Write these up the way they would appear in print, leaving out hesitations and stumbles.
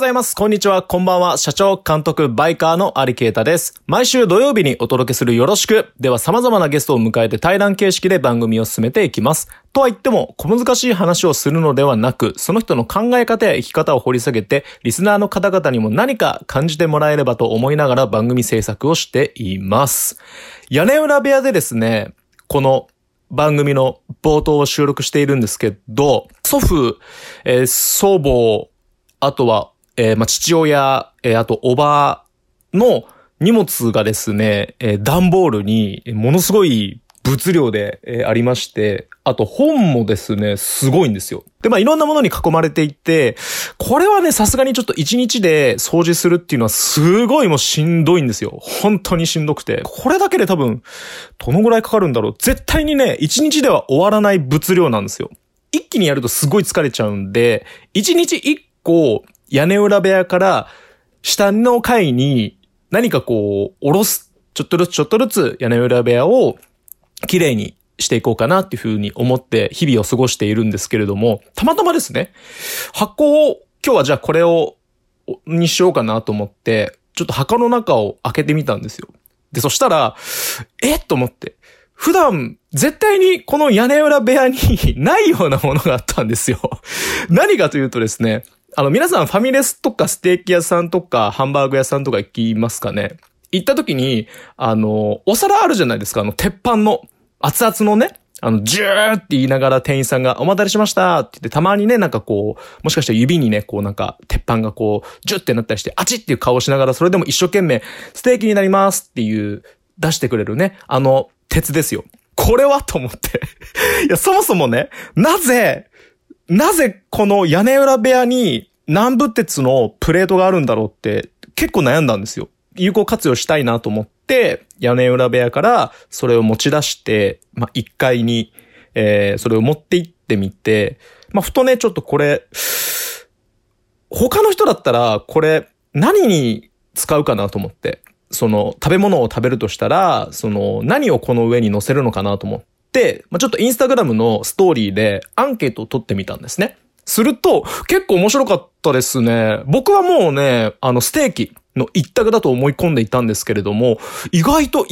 ざいます。こんにちは。こんばんは。社長、監督、バイカーのアリケータです。毎週土曜日にお届けするよろしく。では様々なゲストを迎えて対談形式で番組を進めていきます。とは言っても、小難しい話をするのではなく、その人の考え方や生き方を掘り下げて、リスナーの方々にも何か感じてもらえればと思いながら番組制作をしています。屋根裏部屋でですね、この番組の冒頭を収録しているんですけど、祖父、祖母、あとは、父親、あとおばの荷物がですね、段ボールにものすごい物量で、ありまして、あと本もですね、すごいんですよ。で、いろんなものに囲まれていて、これはね、さすがにちょっと1日で掃除するっていうのはすごいもうしんどいんですよ。本当にしんどくて。これだけで多分、どのぐらいかかるんだろう。絶対にね、1日では終わらない物量なんですよ。一気にやるとすごい疲れちゃうんで、1日1個、屋根裏部屋から下の階に何かこう下ろす、ちょっとずつ屋根裏部屋をきれいにしていこうかなっていうふうに思って日々を過ごしているんですけれども、たまたまですね、箱を今日はじゃあこれにしようかなと思ってちょっと箱の中を開けてみたんですよ。で、そしたらと思って、普段絶対にこの屋根裏部屋にないようなものがあったんですよ。何かというとですね、皆さんファミレスとかステーキ屋さんとかハンバーグ屋さんとか行きますかね。行った時に、お皿あるじゃないですか。鉄板の熱々のね、ジューって言いながら店員さんがお待たせしましたって言って、たまにね、なんかこう、もしかしたら指にね、こうなんか鉄板がこう、ジューってなったりして、あちっていう顔をしながら、それでも一生懸命、ステーキになりますっていう、出してくれるね、鉄ですよ。これはと思って。いや、そもそもね、なぜこの屋根裏部屋に南部鉄のプレートがあるんだろうって結構悩んだんですよ。有効活用したいなと思って、屋根裏部屋からそれを持ち出して、1階に、それを持って行ってみて、ふとね、ちょっとこれ、他の人だったらこれ何に使うかなと思って、食べ物を食べるとしたら、何をこの上に乗せるのかなと思って、ちょっとインスタグラムのストーリーでアンケートを取ってみたんですね。すると、結構面白かったですね。僕はもうね、ステーキの一択だと思い込んでいたんですけれども、意外と、ス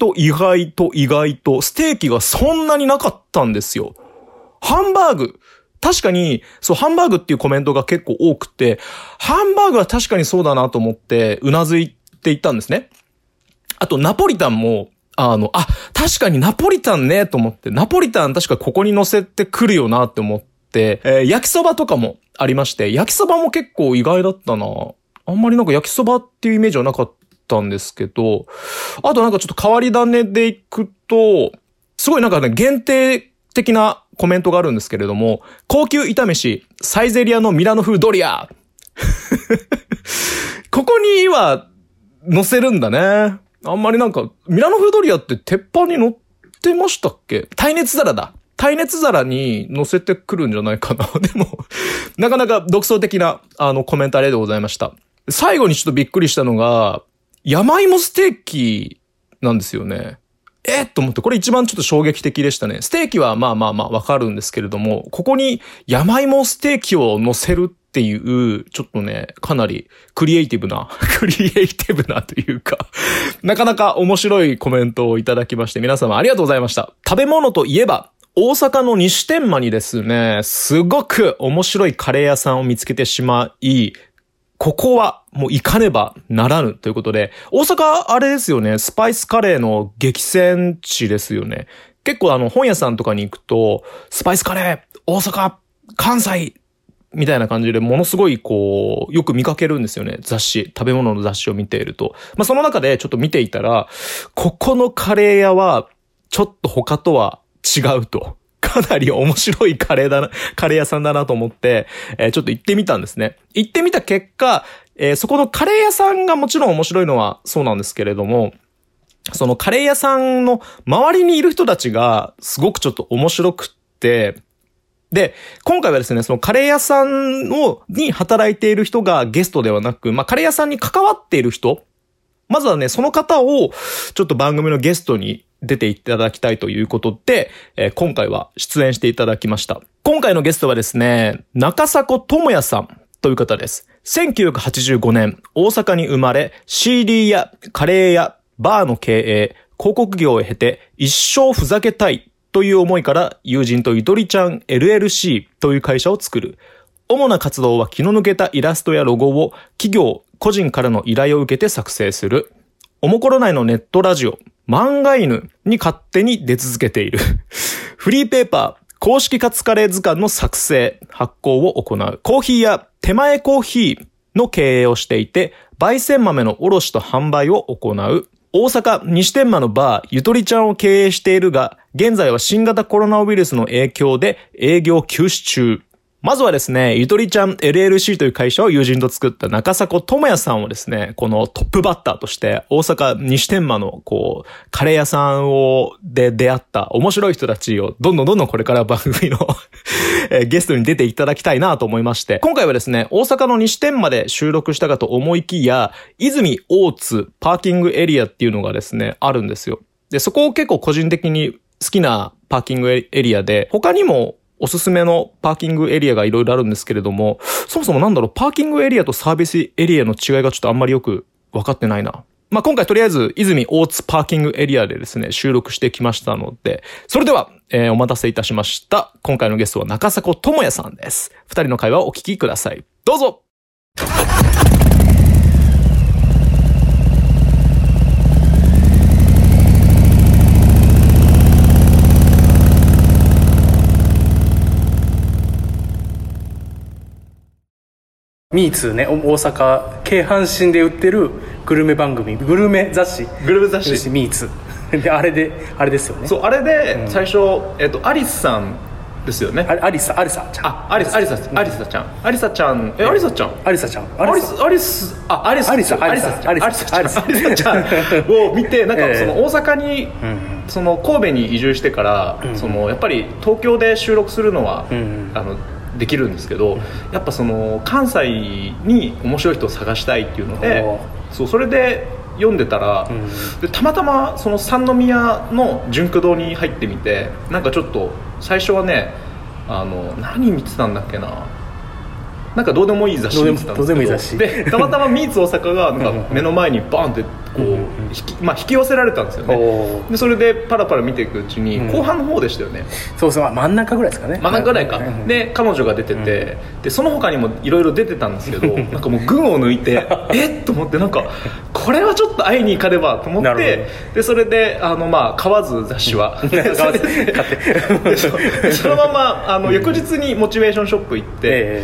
テーキがそんなになかったんですよ。ハンバーグ。確かに、ハンバーグっていうコメントが結構多くて、ハンバーグは確かにそうだなと思って、うなずいていったんですね。あと、ナポリタンも、確かにナポリタンね、と思って、ナポリタン確かここに乗せてくるよなって思って、焼きそばとかもありまして、焼きそばも結構意外だったな。あんまりなんか焼きそばっていうイメージはなかったんですけど、あとなんかちょっと変わり種でいくと、すごいなんかね、限定的なコメントがあるんですけれども、高級炒飯、サイゼリアのミラノ風ドリア。ここには乗せるんだね。あんまりなんか、ミラノ風ドリアって鉄板に乗ってましたっけ？耐熱皿だ。耐熱皿に乗せてくるんじゃないかな。でも、なかなか独創的な、コメントありがとうございました。最後にちょっとびっくりしたのが、山芋ステーキなんですよね。と思って、これ一番ちょっと衝撃的でしたね。ステーキはわかるんですけれども、ここに山芋ステーキを乗せるっていう、ちょっとね、かなりクリエイティブなというか、なかなか面白いコメントをいただきまして、皆様ありがとうございました。食べ物といえば、大阪の西天満にですね、すごく面白いカレー屋さんを見つけてしまい、ここはもう行かねばならぬということで、大阪あれですよね、スパイスカレーの激戦地ですよね。結構本屋さんとかに行くと、スパイスカレー、大阪、関西、みたいな感じでものすごいこう、よく見かけるんですよね。食べ物の雑誌を見ていると。その中でちょっと見ていたら、ここのカレー屋は、ちょっと他とは違うと。かなり面白いカレー屋さんだなと思って、ちょっと行ってみたんですね。行ってみた結果、そこのカレー屋さんがもちろん面白いのはそうなんですけれども、そのカレー屋さんの周りにいる人たちがすごくちょっと面白くって、で、今回はですね、そのカレー屋さんに働いている人がゲストではなく、カレー屋さんに関わっている人、まずはね、その方をちょっと番組のゲストに出ていただきたいということで、今回は出演していただきました。今回のゲストはですね、中迫智也さんという方です。 1985年、大阪に生まれ、CD やカレーやバーの経営、広告業を経て、一生ふざけたいという思いから友人とゆとりちゃん LLC という会社を作る。主な活動は気の抜けたイラストやロゴを企業、個人からの依頼を受けて作成する。おもころ内のネットラジオ、漫画犬に勝手に出続けている。フリーペーパー、公式カツカレー図鑑の作成、発行を行う。コーヒーや手前コーヒーの経営をしていて、焙煎豆の卸と販売を行う。大阪西天満のバーゆとりちゃんを経営しているが、現在は新型コロナウイルスの影響で営業休止中。まずはですね、ゆとりちゃん LLC という会社を友人と作った中迫智也さんをですね、このトップバッターとして大阪西天満のカレー屋さんで出会った面白い人たちをどんどんこれから番組のゲストに出ていただきたいなと思いまして、今回はですね、大阪の西天満で収録したかと思いきや、泉大津パーキングエリアっていうのがですね、あるんですよ。で、そこを結構個人的に好きなパーキングエリアで、他にもおすすめのパーキングエリアがいろいろあるんですけれども、そもそもパーキングエリアとサービスエリアの違いがちょっとあんまりよく分かってないな。今回とりあえず泉大津パーキングエリアでですね、収録してきましたので、それでは、お待たせいたしました。今回のゲストは中迫智也さんです。二人の会話をお聞きください。どうぞ。 ミーツね、大阪京阪神で売ってるグルメ番組、グルメ雑誌ミーツで、あれですよね。 そう、あれで最初、アリスさんですよね。 アリサちゃん。 アリサちゃん。アリサちゃん。アリサちゃん。アリサちゃんを見て、なんかその大阪に、その神戸に移住してから、そのやっぱり東京で収録するのは、できるんですけど、やっぱその関西に面白い人を探したいっていうので、それで読んでたら、でたまたまその三宮の純駆堂に入ってみて、なんかちょっと最初はね、何見てたんだっけな、なんかどうでもいい雑誌見てたんですけど、でたまたまミーツ大阪がなんか目の前にバーンって引き寄せられたんですよね。でそれでパラパラ見ていくうちに、後半の方でしたよね。 そう真ん中ぐらいですかね。 真ん中ぐらいか。で彼女が出てて、でその他にもいろいろ出てたんですけど、なんかもう群を抜いてと思って、なんかこれはちょっと会いに行かねばと思って、でそれで買わず雑誌はそのまま翌日にモチベーションショップ行って、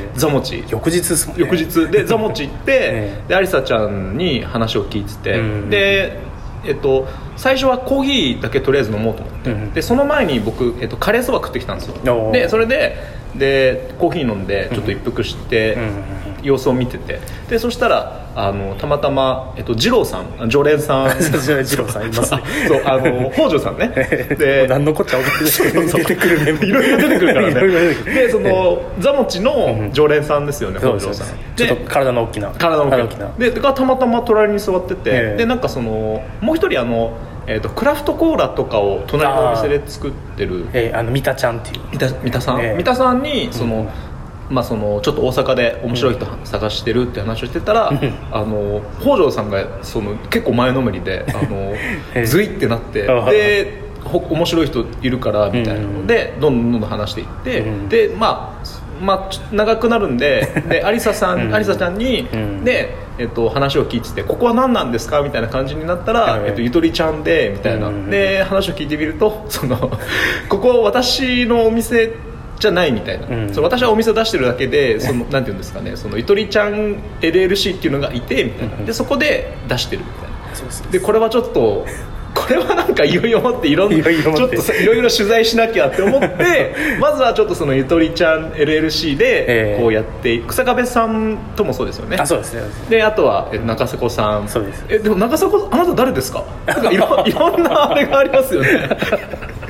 ザモチ翌日ですもんね。 翌日でザモチ行ってでアリサちゃんに話を聞いてて、で最初はコーヒーだけとりあえず飲もうと思って、でその前に僕、カレーそば食ってきたんですよ。でそれでコーヒー飲んでちょっと一服して、様子を見てて、でそしたらたまたま、二郎さん、常連さん二郎さんいますね。 そう北条さんね。で何のこっちゃ出てくるメンバーいろいろ出てくるからね。でそのザモチの常連さんですよね、北条さん。 ちょっと体の大きなでがたまたま隣に座ってて、でなんかそのもう一人クラフトコーラとかを隣のお店で作ってる三田ちゃんっていう三田さんにそのちょっと大阪で面白い人探してるって話をしてたら、北条さんが結構前のめりでズイってなってで面白い人いるからみたいなのでどんどん話していって、で長くなるんでアリサちゃんにで話を聞いてて、ここは何なんですかみたいな感じになったら、ゆとりちゃんでみたいな、で話を聞いてみると、ここは私のお店じゃないみたいな、私はお店出してるだけでなんていうんですかね、ゆとりちゃん LLC っていうのがいてみたいな、でそこで出してるみたいな。でこれはちょっとこれはなんかいろいろ持っていろいろ取材しなきゃって思ってまずはちょっとゆとりちゃん LLC でこうやって、草壁さんともそうですよね。 そうですね。 であとは中迫さん。 そうです。 でも中迫あなた誰ですか？なんかいろんなあれがありますよね。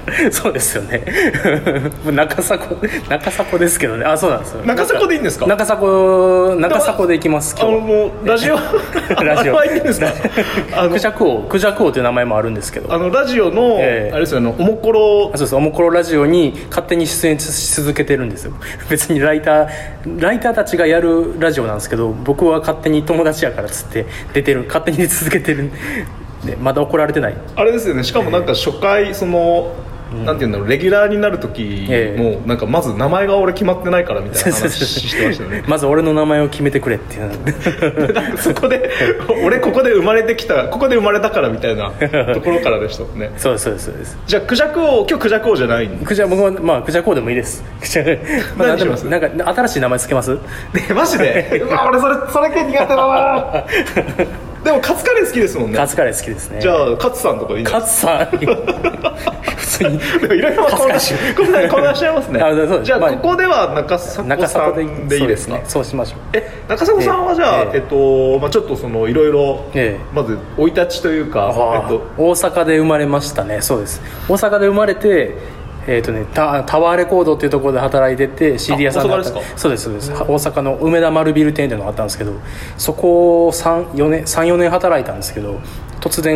そうですよね中迫ですけどね。あ、そうなんですよ。 中迫でいいんですか？ 中迫で行きます。今日もうラジオラジオあれはいいんですか？ クジャク王という名前もあるんですけど、 ラジオの、あれですよね、おもころ。 そうです、おもころラジオに勝手に出演し続けてるんですよ。別にライターたちがやるラジオなんですけど、僕は勝手に友達やからっつって勝手に出続けてるんで、まだ怒られてない。 あれですよね。しかもなんか初回なんていうんだろう、レギュラーになる時もなんかまず名前が俺決まってないからみたいな話してましたよねまず俺の名前を決めてくれっていうそこで俺ここで生まれたからみたいなところからでしたもんねそうです。 じゃあクジャク王、今日クジャク王じゃないんで。 僕はまあクジャク王でもいいです。 何します？ なんか新しい名前つけます？ マジでうわ俺それ系苦手だなでもカツカレー好きですもんね。 カツカレー好きですね。 じゃあカツさんとかいいんですか？ カツさん普通にでもいろいろ混乱しちゃいますねじゃあ、ここでは中迫さんでいいですか？ そうしましょう。 中迫さんはじゃあ、ちょっといろいろまず生い立ちというか、 大阪で生まれましたね。そうです。大阪で生まれてタワーレコードっていうところで働いてて CD 屋さんだった。そうです。大阪の梅田丸ビル店っていうのがあったんですけど、そこを3-4年働いたんですけど、突然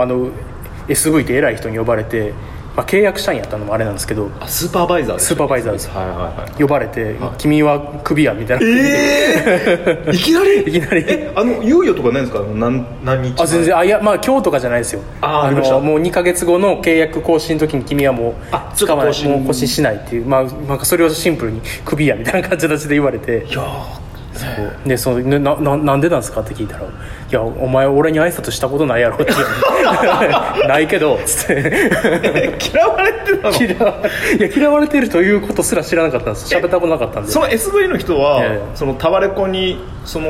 SV って偉い人に呼ばれて、契約社員やったのもあれなんですけど、 スーパーバイザーです。 呼ばれて、君はクビやみたいな、 いきなり猶予とかないんですか？何日？ 全然今日とかじゃないですよ。もう2ヶ月後の契約更新の時に君はもう更新しないっていう、それをシンプルにクビやみたいな形で言われて、でなんでなんですかって聞いたら、いやお前俺に挨拶したことないやろってないけどつって嫌われてたの？ 嫌われてるということすら知らなかったんです。喋ったことなかったんで。 その SV の人は、そのタワレコに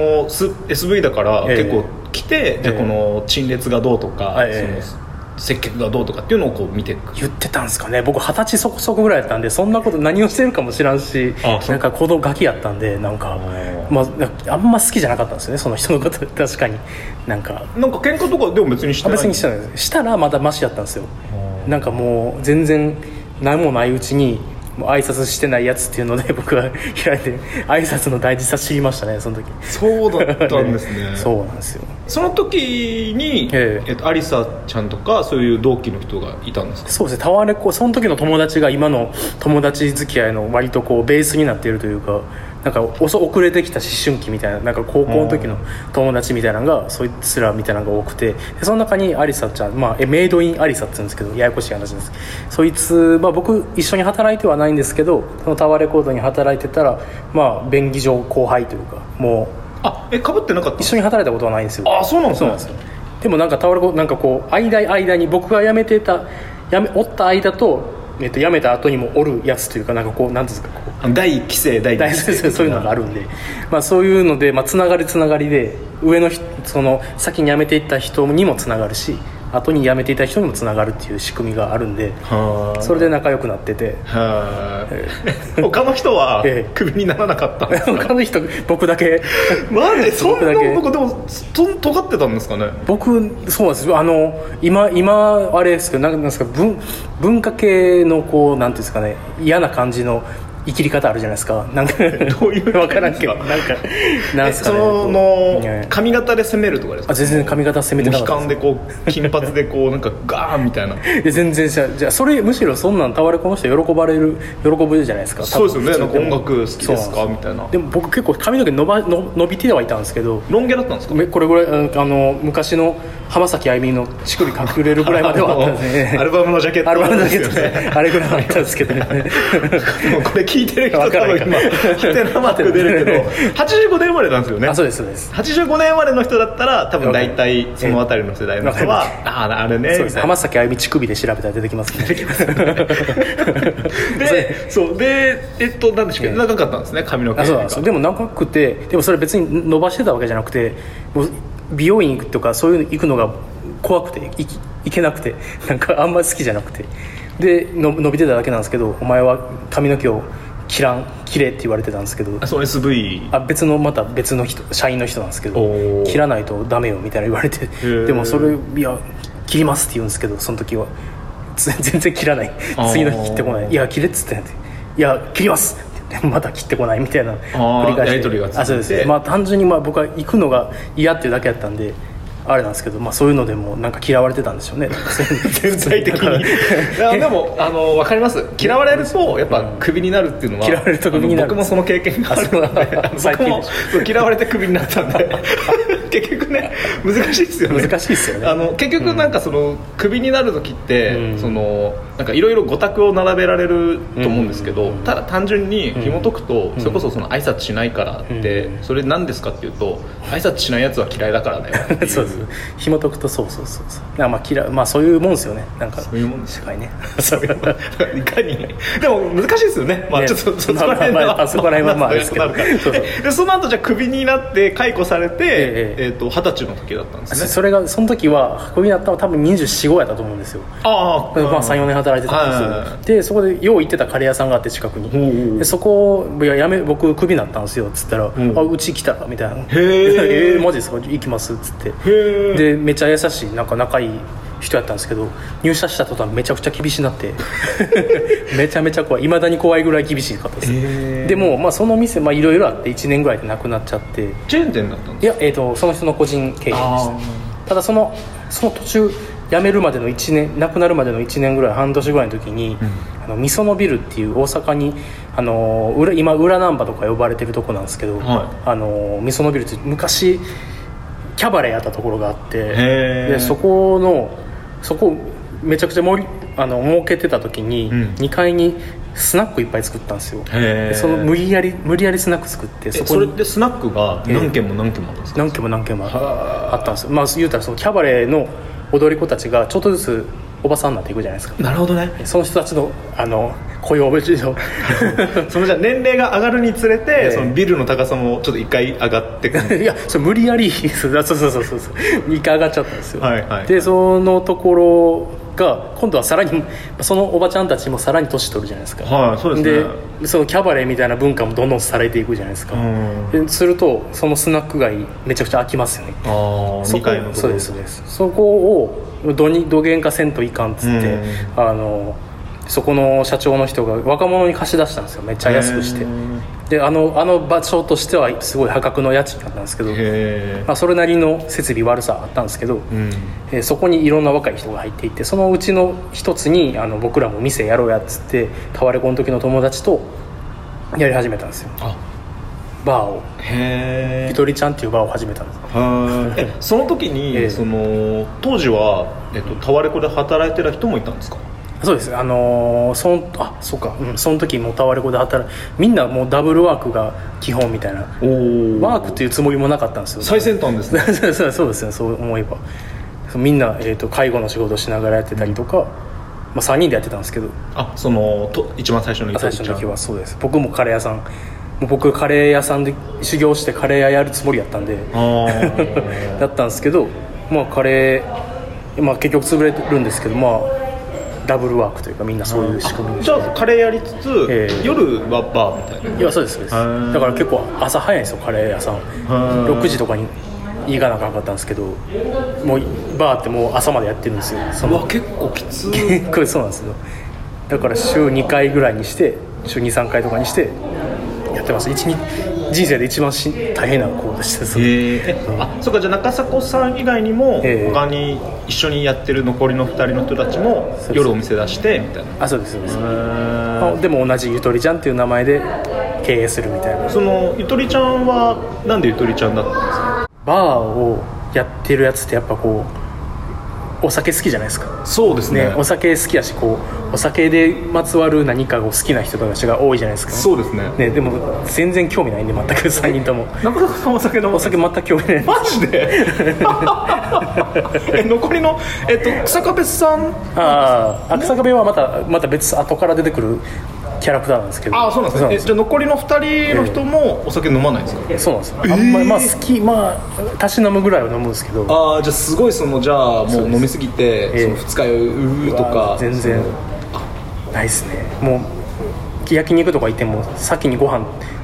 SV だから結構来て、じゃあこの陳列がどうとか、接客がどうとかっていうのを見て言ってたんですかね。僕20歳そこそこぐらいだったんで、そんなこと何をしてるかも知らんし、なんか子供ガキやったんで、なんかあんま好きじゃなかったんですよね、その人のこと。確かになんか喧嘩とかでも別にしてない？ 別にしてないです。したらまだマシやったんですよ。なんかもう全然何もないうちに挨拶してないやつっていうので、僕は開いて挨拶の大事さ知りましたね、その時。 そうだったんですねそうなんですよ。 その時に、アリサちゃんとかそういう同期の人がいたんですか？ そうですね。タワレコ、その時の友達が今の友達付き合いの割とベースになっているというか、なんか遅れてきた思春期みたいな、なんか高校の時の友達みたいなのが、そいつらみたいなのが多くて、でその中にアリサちゃん、メイドインアリサって言うんですけど、ややこしい話です。そいつ、僕一緒に働いてはないんですけど、そのタワーレコードに働いてたら、便宜上後輩というか、もう被ってなかった？ 一緒に働いたことはないんですよ。 そうなんですね。 でもなんかタワーレコード、なんか間に僕がおった間と辞めた後にもおるやつというか、なんかなんですか、 第1期生第2期生そういうのがあるんで、そういうので、つながりで上の人、先に辞めていった人にもつながるし、後に辞めていた人にもつながるっていう仕組みがあるんで、それで仲良くなってて、 他の人はクビにならなかったんですか？ 他の人僕だけそんな僕でも尖ってたんですかね？僕そうなんですよ。今あれですけど、なんですか、文化系のなんていうんですかね、嫌な感じの生きり方あるじゃないですか。なんかどういう分からんけど、なんですかね、 髪型で攻めるとかですか？ 全然髪型攻めてなかった。 悲観で金髪でなんかガーンみたいな。 全然じゃあそれむしろそんなんタワレコの人喜ぶじゃないですか。 そうですよね。なんか音楽好きですかみたいな。 でも僕結構髪の毛伸びてはいたんですけど。 ロン毛だったんですか？ これぐらい昔の浜崎あゆみの乳首隠れるぐらいまではあったんですね。 アルバムのジャケットですよね。 あれぐらいあったんですけどね。 これ聞いてる人多分今ハテナマーク出るけど85年生まれなんですよね。 そうです。 85年生まれの人だったら多分大体その辺りの世代の人はあれね。そうです。 浜崎あゆみ乳首で調べたら出てきますね。出てきますね。 で何でしょうか、長かったんですね、髪の毛が。 そうなんですよ。でも長くて、でもそれ別に伸ばしてたわけじゃなくて、もう美容院とかそういうの行くのが怖くて行けなくて、なんかあんまり好きじゃなくて、で伸びてただけなんですけど、お前は髪の毛を切れって言われてたんですけど、 そう SV 別の人、社員の人なんですけど、切らないとダメよみたいな言われて、でもそれいや切りますって言うんですけど、その時は全然切らない。次の日切ってこない。いや切れっつってんで、いや切りますって言ってまた切ってこないみたいな繰り返しやり取りが続いて、 そうです。単純に僕は行くのが嫌っていうだけやったんであれなんですけど、そういうのでもなんか嫌われてたんでしょうね全体的に。いやでも分かります。嫌われるとやっぱクビになるっていうのは、 嫌われるとクビになる。 僕もその経験があるので、僕も嫌われてクビになったんで結局ね難しいですよね。 難しいですよね。 結局なんかそのクビになる時って、そのなんかいろいろ語卓を並べられると思うんですけど、ただ単純に紐解くと、それこそその挨拶しないからって、それ何ですかっていうと、挨拶しないやつは嫌いだからだよっていう。 そうです。紐解くとそうそういうもんですよね。なんかそういうもんです世界ね。 いかにでも難しいですよね。ちょっとそこら辺はですけど。でその後じゃあクビになって解雇されて、20歳の時だったんですね。 その時はクビになったのは多分24、5やったと思うんですよ。3、4年働いてたんですよ。でそこでよう行ってたカレー屋さんがあって近くに、でそこ僕クビになったんですよっつったら、うち来たらみたいな。マジですか、行きますっつって。でめっちゃ優しい仲いい人やったんですけど、入社した途端めちゃくちゃ厳しになってめちゃめちゃ怖い、未だに怖いぐらい厳しかったです。でもその店いろいろあって1年ぐらいでなくなっちゃって。 チェーン店だったんですか？ いや、その人の個人経営でした。ただその途中辞めるまでの1年、亡くなるまでの1年ぐらい、半年ぐらいの時に、みそのビルっていう大阪に今裏難波とか呼ばれてるとこなんですけど、みそのビルって昔キャバレーやったところがあって、でそこめちゃくちゃ儲けてた時に、2階にスナックいっぱい作ったんですよ。でその無理やりスナック作って、 それでスナックが何軒も何軒もあったんですか？ 何軒もあったんですよ。言うたらそのキャバレーの踊り子たちがちょっとずつおばさんになっていくじゃないですか。 なるほどね。 その人たちの雇用事情そのじゃ年齢が上がるにつれて、そのビルの高さもちょっと一回上がってくる。 いやそれ無理やりそう一回上がっちゃったんですよ。 はい、 でそのところが今度はさらにそのおばちゃんたちもさらに年取るじゃないですか。 そうですね。 でそのキャバレーみたいな文化もどんどんされていくじゃないですか。でするとそのスナック街めちゃくちゃ飽きますよね。 2階のところ。 そうです。そこをどげんかせんといかんっつって、そこの社長の人が若者に貸し出したんですよ。めっちゃ安くして。であの場所としてはすごい破格の家賃だったんですけど、それなりの設備悪さあったんですけど、そこにいろんな若い人が入っていて、そのうちの一つに僕らも店やろうやっつってタワレコの時の友達とやり始めたんですよ。バーをゆとりちゃんっていうバーを始めたんです。 その時に、当時は、タワレコで働いてる人もいたんですか？ そうです。その時もタワレコでみんなもうダブルワークが基本みたいな。ワークっていうつもりもなかったんですよ。 最先端ですね。 そうですね。そう思えばみんな、介護の仕事をしながらやってたりとか、3人でやってたんですけど、 一番最初の時はそうです。僕もカレー屋さん、僕カレー屋さんで修行してカレー屋やるつもりやったんでだったんですけど、カレー、結局潰れるんですけど、ダブルワークというかみんなそういう仕組みにして。 じゃあカレーやりつつ、夜はバーみたいな。 いやそうですだから結構朝早いんですよ。カレー屋さん6時とかに行かなあかんかったんですけど、もうバーってもう朝までやってるんですよ。 結構きつい。 結構そうなんですよ。だから週2回ぐらいにして、週 2,3 回とかにしてやってます。人生で一番大変な子でした。 そうか。じゃあ中迫さん以外にも、他に一緒にやってる残りの2人の人たちも夜お店出してみたいな。 そうです。でも同じゆとりちゃんっていう名前で経営するみたいな。 そのゆとりちゃんはなんでゆとりちゃんだったんですか？ バーをやってるやつってやっぱお酒好きじゃないですか。 そうですね。 お酒好きやし、お酒でまつわる何かを好きな人たちが多いじゃないですか。 そうですね。 でも全然興味ないんで、全く3人とも。 中田さんお酒全く興味ない。 マジで？残りの草壁さん。 草壁はまた別後から出てくるキャラクターなんですけど。 そうなんですね。じゃあ残りの2人の人もお酒飲まないんですか？ そうなんですよ。あんまり好き、たし飲むぐらいは飲むんですけど。 じゃあすごいじゃあもう飲みすぎて、その二日酔いとか全然ないですね。もう焼肉とか行っても先にご飯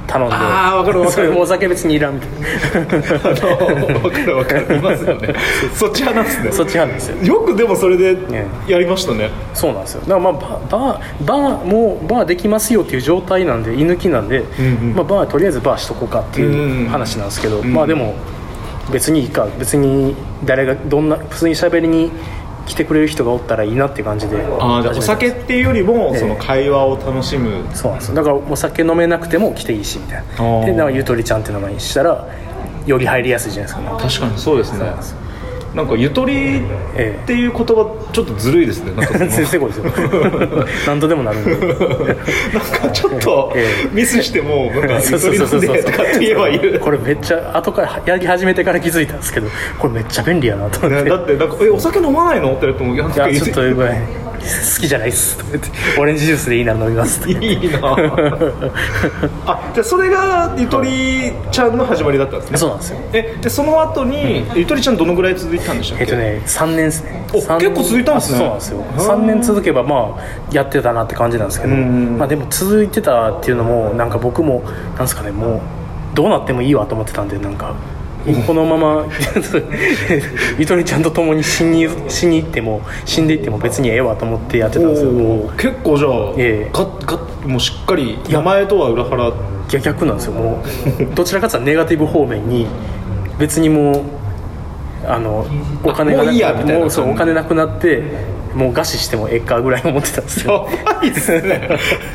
頼んで、 あーわかるわかるお酒別にいらんみたいなわかるいますよねそっち派なんですね。 そっちなんですよ。 よくでもそれでやりましたね。 そうなんですよ。だからまあバーできますよっていう状態なんで、居抜きなんで、まあ、とりあえずバーしとこうかっていう話なんですけど、まあでも別にいいか、別に誰がどんな普通に喋りに来てくれる人がおったらいいなっていう感じで。 じゃあお酒っていうよりもその会話を楽しむ、 そうなんですよ。だからお酒飲めなくても来ていいしみたいな。でなんかゆとりちゃんっていう名前にしたらより入りやすいじゃないですか、ね、 確かにそうですね。なんかゆとりっていう言葉ちょっとずるいですね。なんか先生こですよ何とでもなるんでなんかちょっとミスしてもなんかゆとりなんでとかって言えばいい。 これめっちゃ後からやり始めてから気づいたんですけど、これめっちゃ便利やなと思って、 だってなんかお酒飲まないのって言われても、いやちょっと好きじゃないっすとか言ってオレンジジュースでいいなら飲みますっていいなあ、じゃあそれがゆとりちゃんの始まりだったんですね。 そうなんですよ。 でその後に、ゆとりちゃんどのぐらい続いたんでしたっけ。 3年ですね。 結構続いたんですね。 そうなんですよ。3年続けばまあやってたなって感じなんですけど、まあでも続いてたっていうのもなんか僕もなんですかね、もうどうなってもいいわと思ってたんで、なんかこのままゆとりちゃんと共に死んでいっても別にええわと思ってやってたんですよ。 結構じゃあ、もうしっかり名前とは裏腹。 逆なんですよ。もうどちらかというとネガティブ方面に、別にもうお金がもういいやみたいな。 もうそうお金なくなってもう餓死してもええかぐらい思ってたんですよ。 やばいですね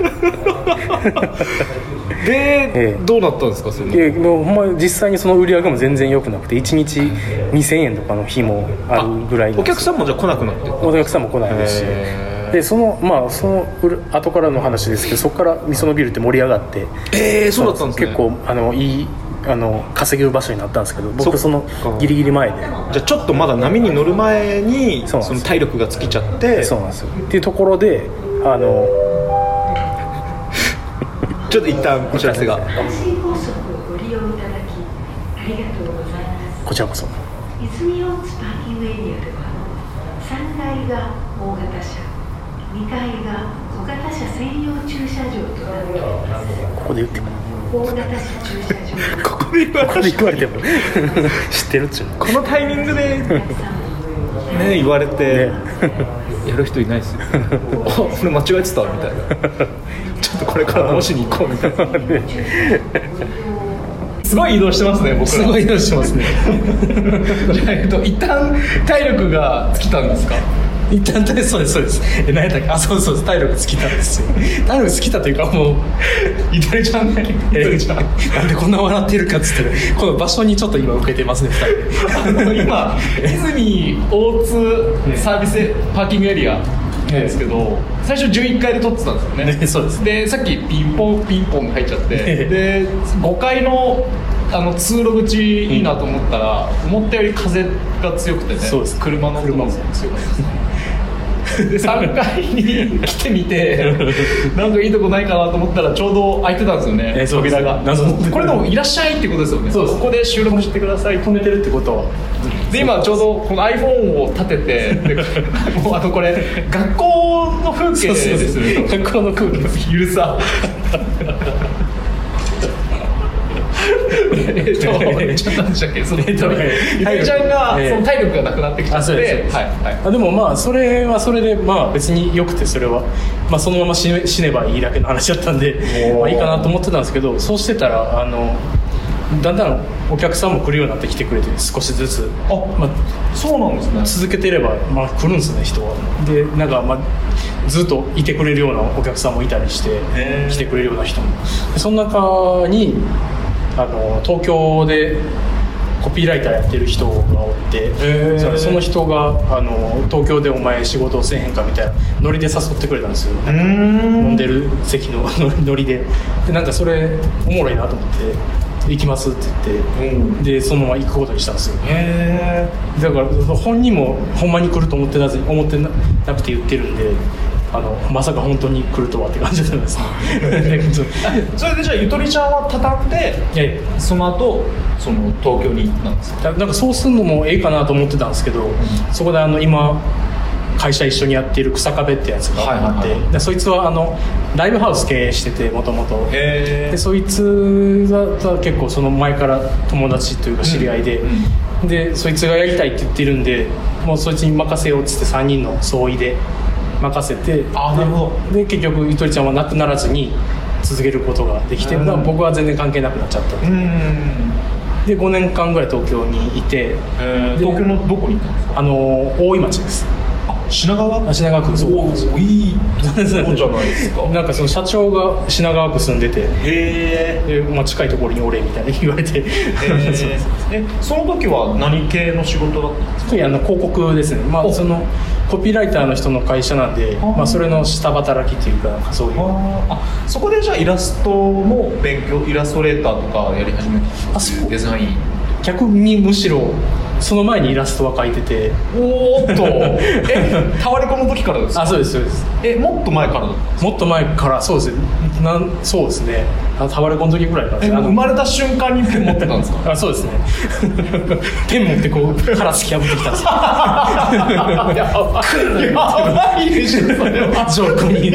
で、どうなったんですかそれ。 もうほんま実際にその売り上げも全然良くなくて、1日2000円とかの日もあるぐらい。 お客さんもじゃあ来なくなって。 お客さんも来ないですし、でその後からの話ですけど、そこからみそのビルって盛り上がって、 そうだったんですね。 結構いい稼げる場所になったんですけど、僕そのギリギリ前で、 じゃあちょっとまだ波に乗る前にその体力が尽きちゃって。 そうなんですよ。っていうところでちょっと一旦お知らせが。 こちらこそ。 泉大津パーキングエリアでは3階が大型車、2階が小型車専用駐車場となっています。 ここで言っても大型車駐車場ここで言われても知ってるっちゅうの。 このタイミングでね言われて、やる人いないですよ俺間違えてたみたいなちょっとこれから直しに行こうみたいなすごい移動してますね僕ら。 すごい移動してますねじゃあ一旦体力が尽きたんですか。 一旦そうです何やったっけ。そうです体力尽きたんですよ。体力尽きたというか、もうゆとりちゃんねゆとりちゃんなんでこんな笑ってるかっつってこの場所にちょっと今受けてますね2人で今泉大津サービスパーキングエリアなんですけど、最初11階で撮ってたんですよね。 そうです。 でさっきピンポンが入っちゃってで5階の通路口いいなと思ったら、思ったより風が強くてね。 そうです。 車も強かったですねで3階に来てみてなんかいいとこないかなと思ったらちょうど開いてたんですよね、扉が。これでもいらっしゃいってことですよね。そうです。ここで収録してください。 止めてるってことはで今ちょうどこの iPhone を立ててでもうこれ学校の風景ですよね。 学校の空気ゆるさちょっと何でしたっけ。そのゆとりちゃんがその体力がなくなってきちゃって、 でもまあそれはそれでまあ別によくて、それはまあそのまま死ねばいいだけの話だったんで、まあいいかなと思ってたんですけど、そうしてたらだんだんお客さんも来るようになってきてくれて、少しずつ。 そうなんですね。 続けていればまあ来るんですね、人は。でなんかまあずっといてくれるようなお客さんもいたりして、来てくれるような人も。その中に東京でコピーライターやってる人がおって、その人が東京でお前仕事をせえへんかみたいなノリで誘ってくれたんですよ。飲んでる席のノリで。でなんかそれおもろいなと思って行きますって言って、でそのまま行くことにしたんですよ。だから本人もほんまに来ると思ってなくて言ってるんで、まさか本当に来るとはって感じだったんですそれでじゃあゆとりちゃんは畳んで、その後その東京に行ったんですか。 なんかそうするのもええかなと思ってたんですけど、そこで今会社一緒にやっている草壁ってやつがあって、でそいつはライブハウス経営しててもともと、でそいつは結構その前から友達というか知り合いで、でそいつがやりたいって言ってるんで、もうそいつに任せようっつって3人の総意で任せて、 なるほど。 で結局ゆとりちゃんは亡くならずに続けることができて、僕は全然関係なくなっちゃったで5年間ぐらい東京にいて、 東京のどこにいたんですか？ 大井町です。 品川？ 品川区。そうなんですよ。 いいとこじゃないですか。 なんかその社長が品川区住んでて、で、近いところにおれみたいに言われて、 その時は何系の仕事だったんですか？ 広告ですね。そのコピーライターの人の会社なんで、それの下働きっていうか、そういう。 そこでじゃあイラストの勉強、イラストレーターとかやり始めたんですか？デザイン。 逆にむしろその前にイラストは描いてて。 おーっとタワレコの時からですか？ そうですそうです。 もっと前からだったんですか？ もっと前からそうですね。そうですね。タワレコの時ぐらいからです。 生まれた瞬間にペン持ってたんですか？ そうですね。ペン持ってこうカラス突き破ってきたんですよ。 やばいでしょそれは。 ジョークに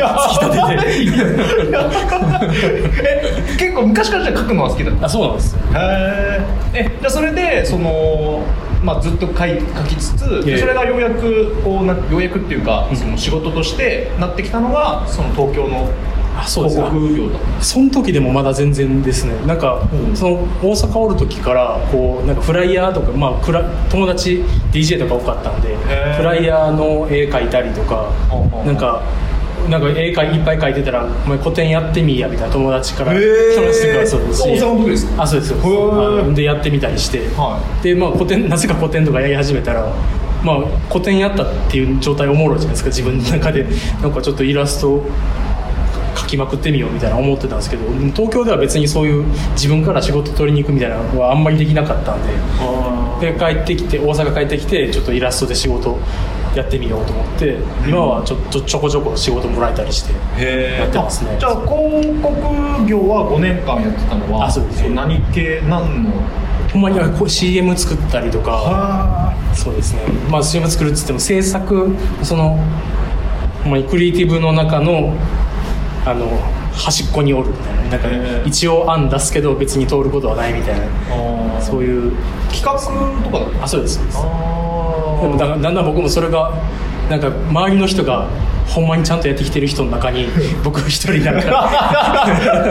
突き立てて。 結構昔からじゃあ描くのは好きだった？ そうなんです。 じゃあそれでそのずっと描きつつ、それがようやくこうようやくっていうか、その仕事としてなってきたのがその東京の広告業だった。 その時でもまだ全然ですね。なんか、その大阪おる時からこうなんかフライヤーとか、友達 DJ とか多かったんで、フライヤーの絵描いたりとか、なんか絵いっぱい描いてたらお前個展やってみやみたいな友達から話してくださるし、 大阪の時ですか？ そうですでやってみたりして、でなぜか個展とかやり始めたら、個展やったっていう状態おもろいじゃないですか。自分の中でなんかちょっとイラスト描きまくってみようみたいな思ってたんですけど、東京では別にそういう自分から仕事取りに行くみたいなのはあんまりできなかったんで、大阪帰ってきてちょっとイラストで仕事やってみようと思って、今はちょこちょこ仕事もらえたりしてやってますね。 じゃあ広告業は5年間やってたのはそうです、 何のほんまにCM 作ったりとか、そうですね。CM 作るっつっても制作、そのほんまにクリエイティブの中の端っこにおるみたいな、なんか一応案出すけど別に通ることはないみたいな、そういう企画とかだった？ そうですそうです。でもだんだん僕もそれがなんか周りの人がほんまにちゃんとやってきてる人の中に僕一人なんか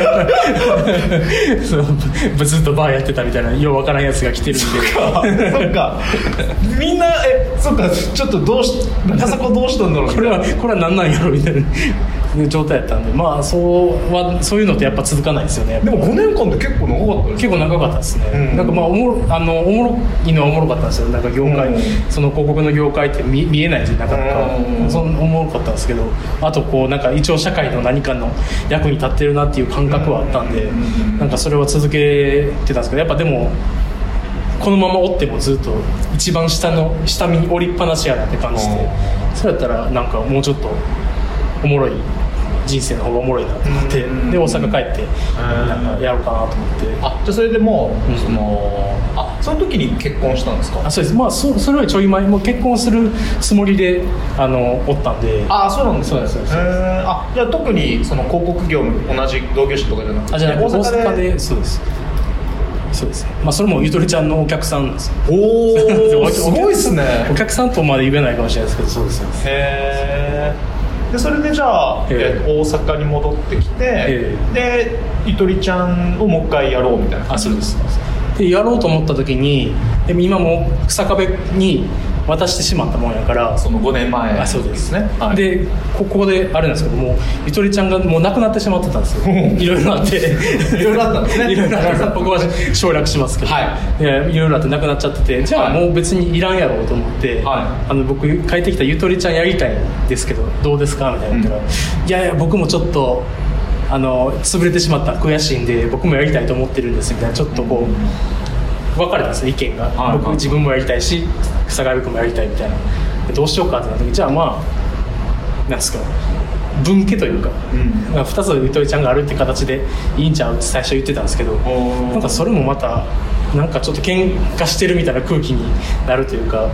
ブツッとバーやってたみたいなようわからんやつが来てるんでそっかみんなそっかちょっと中迫どうしたんだろうこれは何なんやろみたいな状態やったんで、そういうのってやっぱ続かないですよね。 でも5年間って結構長かったです。 結構長かったですね。なんかおもろいのはおもろかったんですよ。なんか業界、その広告の業界って見えないしなかなかおもろかったんですけど、あとこうなんか一応社会の何かの役に立ってるなっていう感覚はあったんで、なんかそれは続けてたんですけど、やっぱでもこのままおってもずっと一番下見に降りっぱなしやなって感じで、そうやったらなんかもうちょっとおもろい人生の方がおもろいなと思って、で大阪帰ってなんかやろうかなと思って。 じゃあそれでもうその時に結婚したんですか？ そうです。それよりちょい前もう結婚するつもりでおったんで。 そうなんですか。そうです。じゃあ特にその広告業も同じ同業種とかじゃなくて、 じゃなくて大阪で。そうですそうです。それもゆとりちゃんのお客さんなんですよ。 すごいっすね。 お客さんとまで言えないかもしれないですけど、そうです。 でそれでじゃあ、大阪に戻ってきて、でゆとりちゃんをもう一回やろうみたいな。 そうです。でやろうと思った時に、でも今も草壁に渡してしまったもんやから、 その5年前そうですね。でここであれなんですけども、ゆとりちゃんがもう亡くなってしまってたんですよ。いろいろあっていろいろあったんですね。 いろいろあって僕は省略しますけど、いろいろあって亡くなっちゃってて、じゃあもう別にいらんやろうと思って、僕帰ってきたゆとりちゃんやりたいんですけどどうですかみたいな言ったら、いや僕もちょっと潰れてしまった悔しいんで僕もやりたいと思ってるんですみたいな、ちょっとこう分かれたんですよ意見が。僕自分もやりたいし草刈君もやりたいみたいな、どうしようかってなった時、じゃあなんですか分家というか、2つのゆとりちゃんがあるって形でいいんちゃうって最初言ってたんですけど、なんかそれもまたなんかちょっと喧嘩してるみたいな空気になるというか、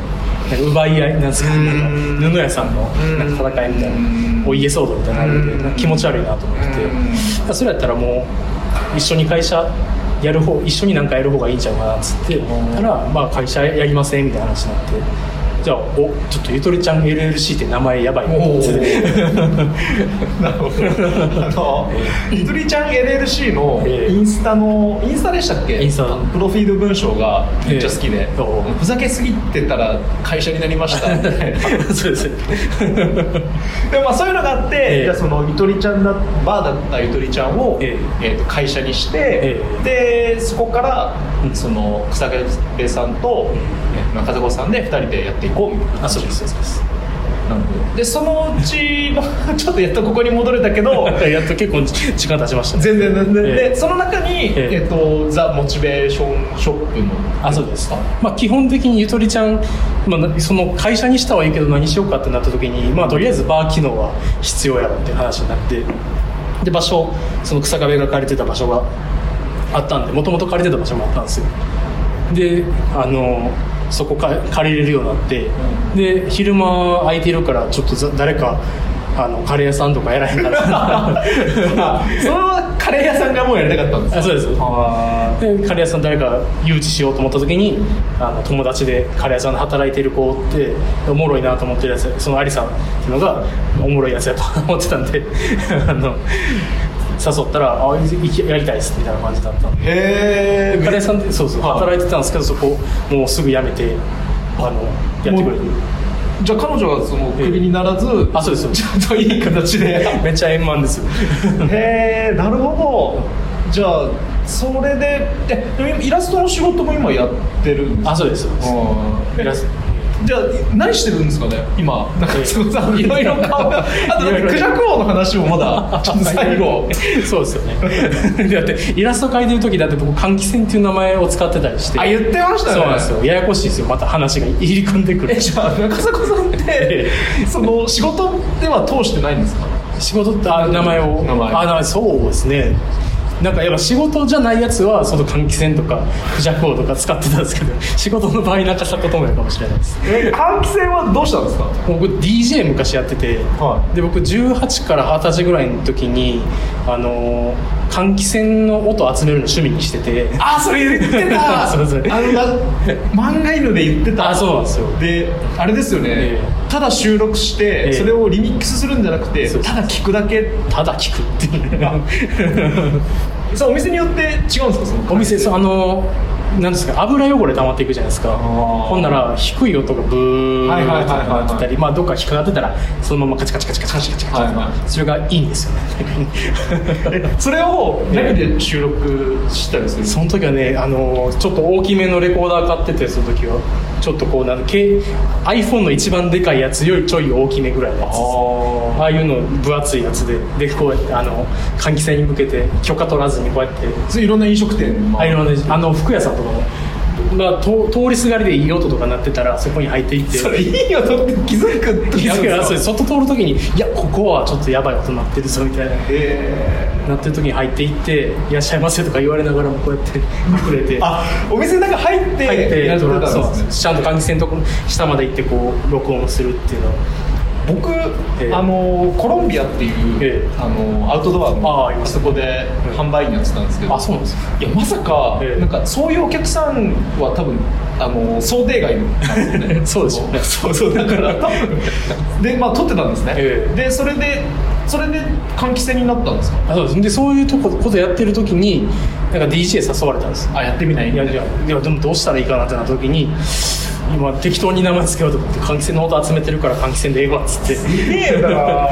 なんか奪い合いなんですか、なんか布屋さんのなんか戦いみたいな、お家騒動みたいなのでなんか気持ち悪いなと思ってて、それやったらもう一緒に会社やる方、一緒になんかやる方がいいんちゃうかなっつってたら、まあ会社やりませんみたいな話になって、じゃあちょっとゆとりちゃん LLC って名前やばいなと思って。 なるほど。ゆとりちゃん LLC のインスタでしたっけ？インスタプロフィール文章がめっちゃ好きで、ふざけすぎてたら会社になりましたみたいな。 そうです。 でもまあそういうのがあって、じゃあそのゆとりちゃんバーだったゆとりちゃんを会社にして、でそこからその草壁さんと風子さんで2人でやっていこうみたいな。 そうです。 でそのうちのちょっとやっとここに戻れたけどやっと結構時間経ちましたね。 全然、でその中に、ザ・モチベーションショップのそうですか。まあ基本的にゆとりちゃん、まあ、その会社にしたはいいけど何しようかってなった時に、まあとりあえずバー機能は必要やろっていう話になって、で場所、その草壁が借りてた場所があったんで、もともと借りてた場所もあったんですよ。でそこ借りれるようになって、で昼間空いてるからちょっと誰かカレー屋さんとかやらへんからそれはカレー屋さんがもうやりたかったんですか？ そうです。でカレー屋さん誰か誘致しようと思った時に友達でカレー屋さんで働いてる子っておもろいなと思ってるやつ、そのアリさんっていうのがおもろいやつやと思ってたんで誘ったらやりたいですみたいな感じだったんで、 へえ。 カレーさんでそう働いてたんですけど、そこもうすぐ辞めてやってくれる。 じゃあ彼女はそのクビにならず、 そうです。 ちゃんといい形でめっちゃ円満ですよ。 へえ、なるほど。じゃあそれでイラストの仕事も今やってるんですか？ そうです。イラストじゃあ何してるんですかね今。なんかいろいろ顔があとクジャク王の話もまだちょっと最後そうですよね。だってイラスト描いてる時だって僕換気扇っていう名前を使ってたりして、 言ってましたね。 そうなんですよ。ややこしいですよ、また話が入り組んでくる。 じゃあ中迫さんってその仕事では通してないんですか？ 仕事って名前をそうですね。なんかやっぱ仕事じゃないやつはその換気扇とかクジャク王とか使ってたんですけど、仕事の場合中迫智也かもしれないです。 換気扇はどうしたんですか？ 僕 DJ 昔やってて、で僕18から20歳ぐらいの時に換気扇の音集めるの趣味にしてて。 それ言ってたそれ漫画犬で言ってた。 そうなんですよ。 であれですよね、ただ収録して、それをリミックスするんじゃなくて、ただ聞くだけ。 ただ聞くっていうお店によって違うんですか？そのお店なんですか、油汚れ溜まっていくじゃないですか。ほんなら低い音がブーってなってたり、どっか引っかかってたらそのままカチカチカチカチカチカチカチ、それがいいんですよね。それを何で収録したりする？ その時はね、ちょっと大きめのレコーダー買ってて、その時はちょっとこうiPhone の一番でかいやつよりちょい大きめぐらいのやつです。ああいうの分厚いやつでこうやって換気扇に向けて許可取らずにこうやっていろんな飲食店、 いろんな服屋さんとかも、通りすがりでいい音とか鳴ってたらそこに入っていって、 それいい音って気づくって外通るときにここはちょっとやばい音鳴ってるぞみたいな、なってるときに入っていっていらっしゃいませとか言われながらもこうやってくれてお店の中入ってやってたんですね。 ちゃんと換気扇のとこ下まで行ってこう録音するっていうのを僕、コロンビアっていう、アウトドアのあそこで販売員やってたんですけど、 そうなんですか。 いやまさか、なんかそういうお客さんは多分想定外なんですよね。 そうですよね。 そうだから多分で撮ってたんですね。でそれで換気扇になったんですか？ そうです。でそういうことやってる時になんか DJ 誘われたんです。 やってみない？ いやでもどうしたらいいかなってなった時に、今適当に名前つけようと思って換気扇の音集めてるから換気扇でええわっつって。 すげえな。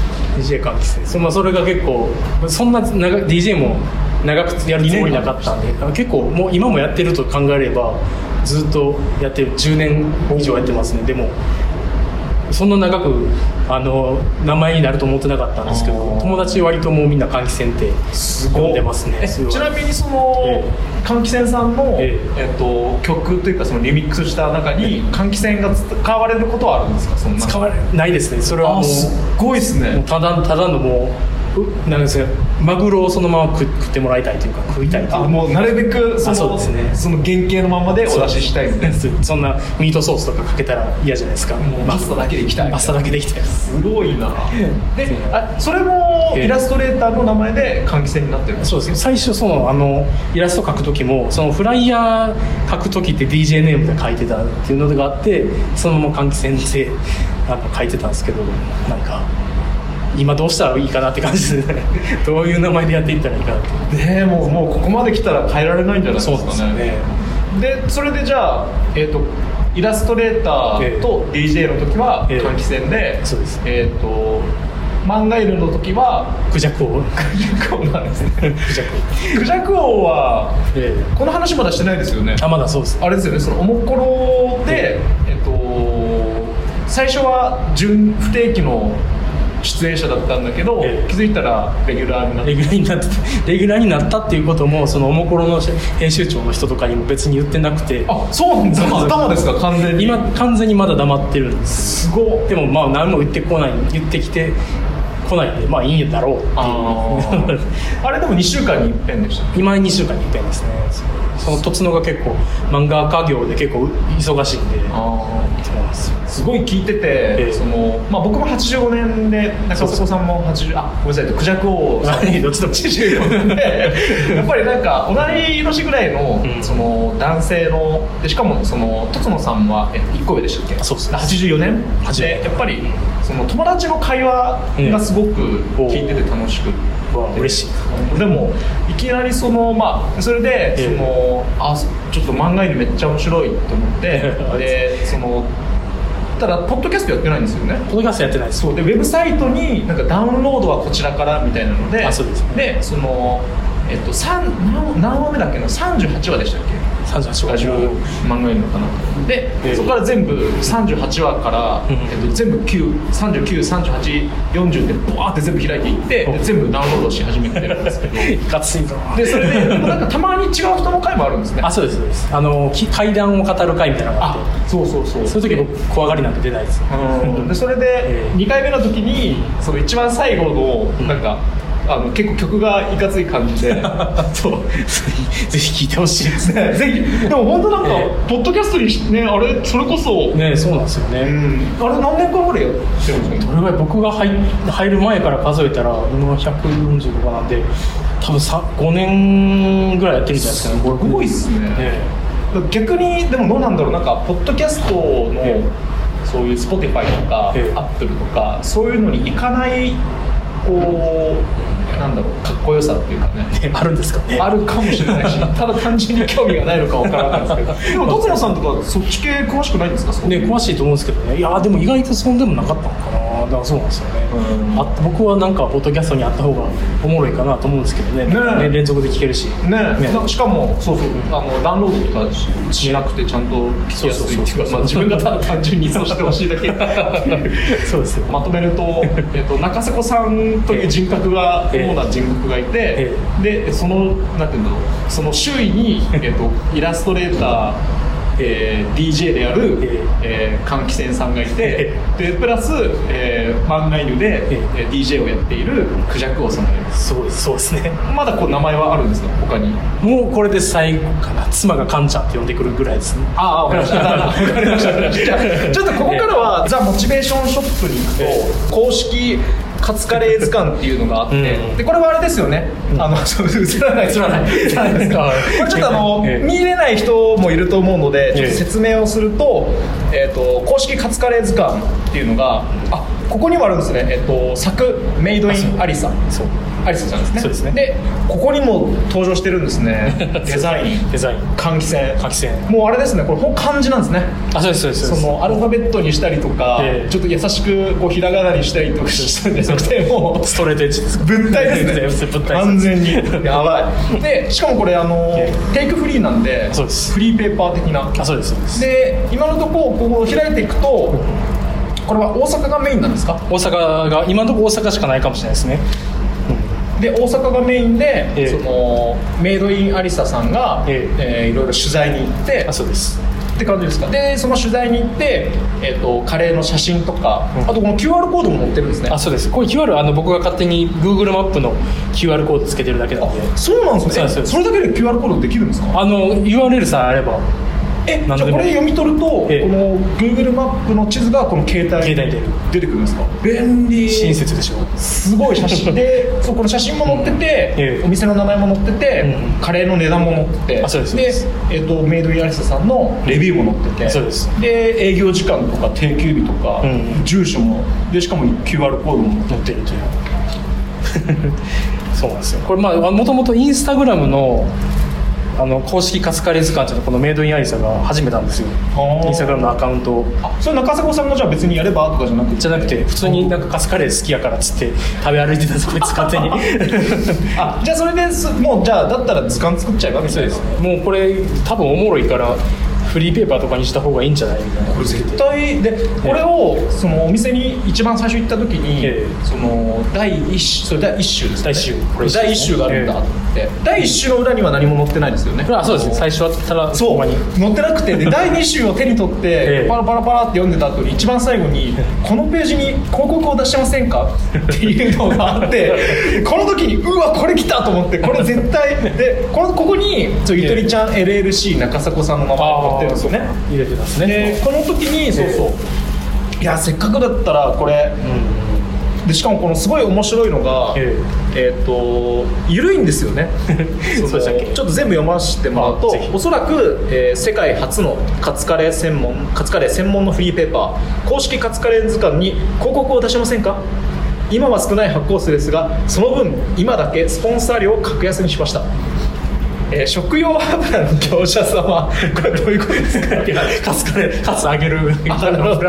DJ 換気扇。それが結構そんなDJ も長くやるつもりなかったんで、結構もう今もやってると考えればずっとやってる、10年以上やってますね。でもそんな長く名前になると思ってなかったんですけど、友達割ともうみんな換気扇って呼んでますね。 ちなみにその換気扇さんの、曲というかそのリミックスした中に換気扇が使われることはあるんですか？ 使われないですね。それはもうすごいですね。 ただのもうなんですか、マグロをそのまま食ってもらいたいというか、食いたいというか、 もうなるべくそうですね、 その原型のままでお出ししたいみたいな。 そんなミートソースとかかけたら嫌じゃないですか。 もうパスタだけでいきたい。 パスタだけでいきたいです。 すごいな。で、それもイラストレーターの名前で換気扇になってるんですか？ そうですね。最初イラスト描く時もそのフライヤー描く時って DJ ネームで書いてたっていうのがあって、そのまま換気扇で書いてたんですけど、なんか今どうしたらいいかなって感じですね。どういう名前でやっていったらいいかなって。 ね、もうここまで来たら変えられないんじゃないですかね。 そうですよね。 でそれでじゃあイラストレーターと DJ の時は換気扇で、 そうです。 漫画犬の時はクジャク王なんですね。 クジャク王は、この話まだしてないですよね。 まだそうです。 あれですよね、そのおもころで、最初は不定期の出演者だったんだけど、気づいたらレギュラーになったっていうことも、そのおもころの編集長の人とかにも別に言ってなくて。 あ、そうなんですか。頭ですか、完全に。 今完全にまだ黙ってるんです。 すごい。 でもまあ何も言ってきて来ないんで、まあいいんだろうっていう。 あれでも2週間に一遍でした。 今2週間に一遍ですね。そのとつのが結構漫画家業で結構忙しいんで。そうなんですよ。 すごい聞いてて、僕も85年で中迫さんも80、ごめんなさい、クジャク王さんどっちどっち 84年でやっぱりなんか同い年ぐらいの、その男性ので、しかもそのとつのさんは1個上でしたっけ？ そうですね。 84年で、やっぱりその友達の会話がすごく聞いてて楽しくて、 嬉しい。 でもいきなりそれでちょっと漫画にめっちゃ面白いと思ってでただポッドキャストやってないんですよね。 ポッドキャストやってないです。 そうでウェブサイトになんかダウンロードはこちらからみたいなので、 そうです、 で何話目だっけな、38話でしたっけ ？38話漫画いるのかな。で、そこから全部38話から、全部393840でボワーって全部開いていってで全部ダウンロードし始めてるんですけどいかついぞ。 でそれでなんかたまに違う人の回もあるんですね。 そうですそうです。怪談を語る回みたいなのがあって、そういう時僕怖がりなんて出ないです。 でそれで2回目の時にその一番最後のなんか結構曲がいかつい感じでそうぜひ聴いてほしいですね。 ぜひ。でも本当なんかポッドキャストにね、あれそれこそね、そうなんですよね。 あれ何年間ぐらいやってるんですか？ どれぐらい僕が入る前から数えたら今140とかなんで、多分5年ぐらいやってるんじゃないですかね。 すごいっすね。逆にでもどうなんだろう、なんかポッドキャストのそういう Spotify とか Apple とかそういうのに行かないなんだろう、かっこよさっていうかねあるんですかね。 あるかもしれないしただ単純に興味がないのかわからないんですけどでもとつのさんとかそっち系詳しくないんですか？ ね、詳しいと思うんですけどね。いやでも意外とそんでもなかったのかな。だからそうなんですよね。僕はなんかポッドキャストにあった方がおもろいかなと思うんですけどね。連続で聞けるしね。 しかもダウンロードとかしなくてちゃんと聞きやすいっていうか、自分がただ単純にそうしてほしいだけそうですよ。 まとめると中瀬子さんという人格が主な人格がいて、でそのなんていうんだろう、その周囲にイラストレーターDJ である、換気扇さんがいて、でプラス、漫画犬で、DJ をやっているクジャク王さんがいる。 そうですね。 まだこう名前はあるんですか？他にもうこれで最後かな。妻がカンちゃんって呼んでくるぐらいですね。 わかりましたじゃあちょっとここからはザ・モチベーションショップに行くと、公式カツカレー図鑑っていうのがあって、でこれはあれですよね、映らないですか。これちょっと見入れない人もいると思うのでちょっと説明をすると、公式カツカレー図鑑っていうのがここにもあるんですね。作メイドインアリサ、アリサちゃんですね。 そうですね。 でここにも登場してるんですね。デザイン換気扇もうあれですね、これ漢字なんですね。 そうです。 そのアルファベットにしたりとか、ちょっと優しくこうひらがなにしたりとかしたんじゃなくて、もうストレートエッジですか？ 物体ですね。完全にやばい。でしかもこれテイクフリーなんで、フリーペーパー的な。 そうです。 で今のところこう開いていくと、これは大阪がメインなんですか？ 大阪が今のところ大阪しかないかもしれないですね。 で大阪がメインで、そのメイドインアリサさんが、いろいろ取材に行って、 そうです。 って感じですか。でその取材に行って、カレーの写真とか、あとこの QR コードも載ってるんですね。 あ、そうです。これ QR 僕が勝手に Google マップの QR コードつけてるだけなんで。 そうなんですね。 そうです。 それだけで QR コードできるんですか。 URL さえあれば。 じゃあこれ読み取ると、この Google マップの地図がこの携帯に出てくるんですか。便利。 親切でしょ。 すごい写真でそうこの写真も載ってて、お店の名前も載ってて、カレーの値段も載ってて、 あ、そうです。 で、メイドインアリサさんのレビューも載ってて、 そうです。 で営業時間とか定休日とか、住所もで、しかも QR コードも載ってるというそうなんですよ。これもともとインスタグラムの公式カツカレー図鑑っていうのこのメイドインアリサが始めたんですよ。インスタグラムのアカウントを。 それ中迫さんがじゃあ別にやればとかじゃなくて普通になんかカツカレー好きやからっつって食べ歩いてたんです、こいつ勝手にじゃあそれでもうじゃあだったら図鑑作っちゃえばみたいな。 そうですね。もうこれ多分おもろいからフリーペーパーとかにした方がいいんじゃないみたいな。 これ絶対で、これをそのお店に一番最初行った時に、その第1週ですね。第1週があるんだと思って、第1週の裏には何も載ってないですよね。 そうですね。最初はただそう載ってなくて、で第2週を手に取ってパラパラパラって読んでた後に一番最後にこのページに広告を出してませんかっていうのがあってこの時にうわこれ来たと思って、これ絶対でここにゆとりちゃん LLC 中迫さんの名前が載ってるんですよね。 入れてますね。 でこの時にそういやせっかくだったらこれ、でしかもこのすごい面白いのが、緩いんですよねそうでしたっけ。 ちょっと全部読ませてもらうと、おそらく、世界初のカツカレー専門のフリーペーパー公式カツカレー図鑑に広告を出しませんか。今は少ない発行数ですがその分今だけスポンサー料を格安にしました。食用油の業者様これどういうことですか。 カツあげるカ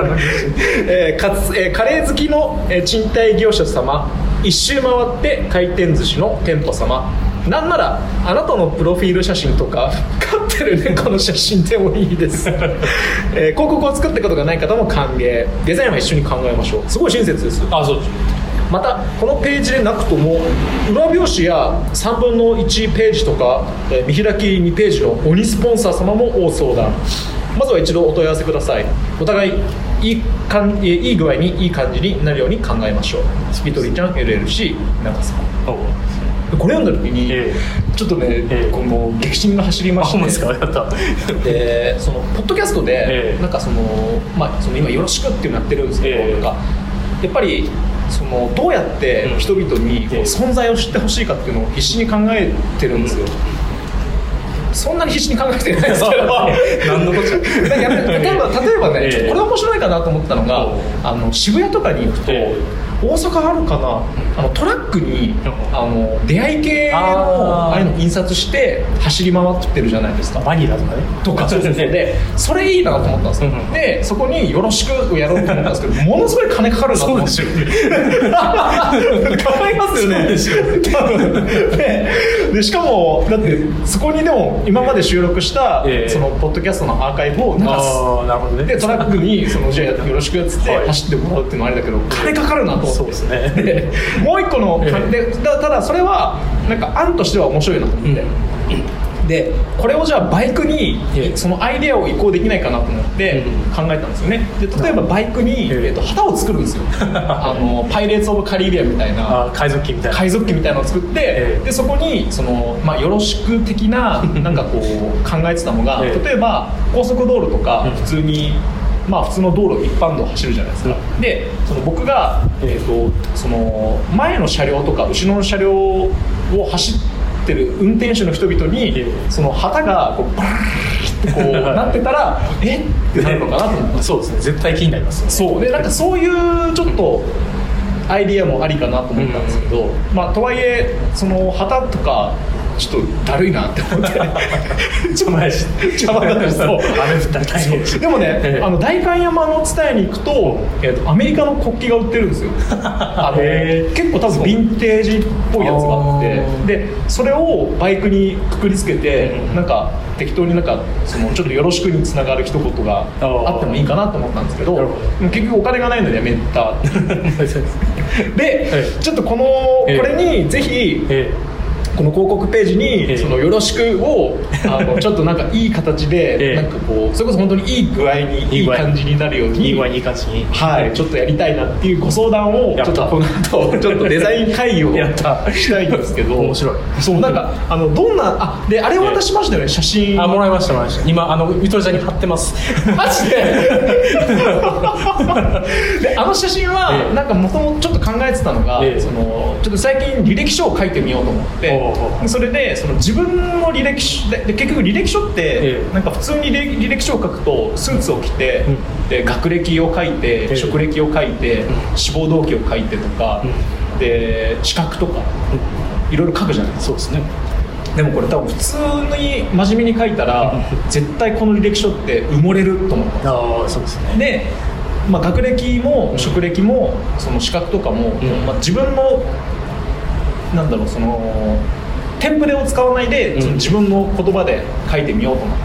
レー好きの賃貸業者様、一周回って回転寿司の店舗様、なんならあなたのプロフィール写真とか飼ってる猫の写真でもいいです広告を作ったことがない方も歓迎。デザインは一緒に考えましょう。すごい親切です。 あ、そうです。 またこのページでなくとも裏表紙や3分の1ページとか見開き2ページの鬼スポンサー様も大相談。まずは一度お問い合わせください。お互いいい具合にいい感じになるように考えましょう。ゆとりちゃん LLC 中さん。これ読んだ時に、ちょっとね、この激震が走りまして、でそのポッドキャストで、なんかその今よろしくっていうのやってるんですけど、なんかやっぱりそのどうやって人々に存在を知ってほしいかっていうのを必死に考えてるんですよ。そんなに必死に考えてないですけど何のこっちゃ例えばね、これ面白いかなと思ったのが、渋谷とかに行くと、大阪あるかな、トラックに出会い系のああいうの印刷して走り回ってるじゃないですか。 バニラとかねとかでそれいいなと思ったんですよ。でそこによろしくをやろうと思ったんですけどものすごい金かかるなと思って。そうですよかかりますよね。でしかもだってそこにでも今まで収録したそのポッドキャストのアーカイブを流す。 なるほどね。 でトラックにじゃあよろしくっつって走ってもらうっていうのもあれだけど金かかるなと思って。 そうですね。 でもう一個のでただそれはなんか案としては面白いなと思って、でこれをじゃあバイクにそのアイデアを移行できないかなと思って考えたんですよね。で例えばバイクに旗を作るんですよパイレーツ・オブ・カリビアンみたいな海賊機みたいなのを作って、でそこにその、よろしく的ななんかこう考えてたのが、例えば高速道路とか普通に普通の道路一般道を走るじゃないですか。でその僕が、その前の車両とか後ろの車両を走ってる運転手の人々に、その旗がこうバーッってこうなってたらえってなるのかなと思ってそうですね。絶対気になりますよね。 そうでなんかそういうちょっとアイディアもありかなと思ったんですけど、とはいえその旗とかちょっとだるいなって思って邪魔だしそう雨降ったら大変でもね、代官山の蔦屋に行くと、アメリカの国旗が売ってるんですよ結構多分ヴィンテージっぽいやつがあって、でそれをバイクにくくりつけて、なんか適当になんかそのちょっとよろしくにつながる一言があってもいいかなと思ったんですけど、結局お金がないのでやめたで、ちょっとこれにぜひこの広告ページにそのよろしくをちょっとなんかいい形でなんかこうそれこそ本当にいい具合にいい感じになるようにいい具合にいい感じにはいちょっとやりたいなっていうご相談をちょっとこの後ちょっとデザイン会議をしたいんですけど面白いそうなんかどんなであれを渡しましたよね写真もらいました今ゆとりちゃんに貼ってますマジでで写真はなんかもともとちょっと考えてたのがそのちょっと最近履歴書を書いてみようと思ってそれでその自分の履歴書で結局履歴書ってなんか普通に履歴書を書くとスーツを着てで学歴を書いて職歴を書いて志望動機を書いてとかで資格とかいろいろ書くじゃないですか。そうですね。でもこれ多分普通に真面目に書いたら絶対この履歴書って埋もれると思ったんです。 そうですね。 で、学歴も職歴もその資格とかも、自分のなんだろうそのテンプレを使わないで、自分の言葉で書いてみようと思って、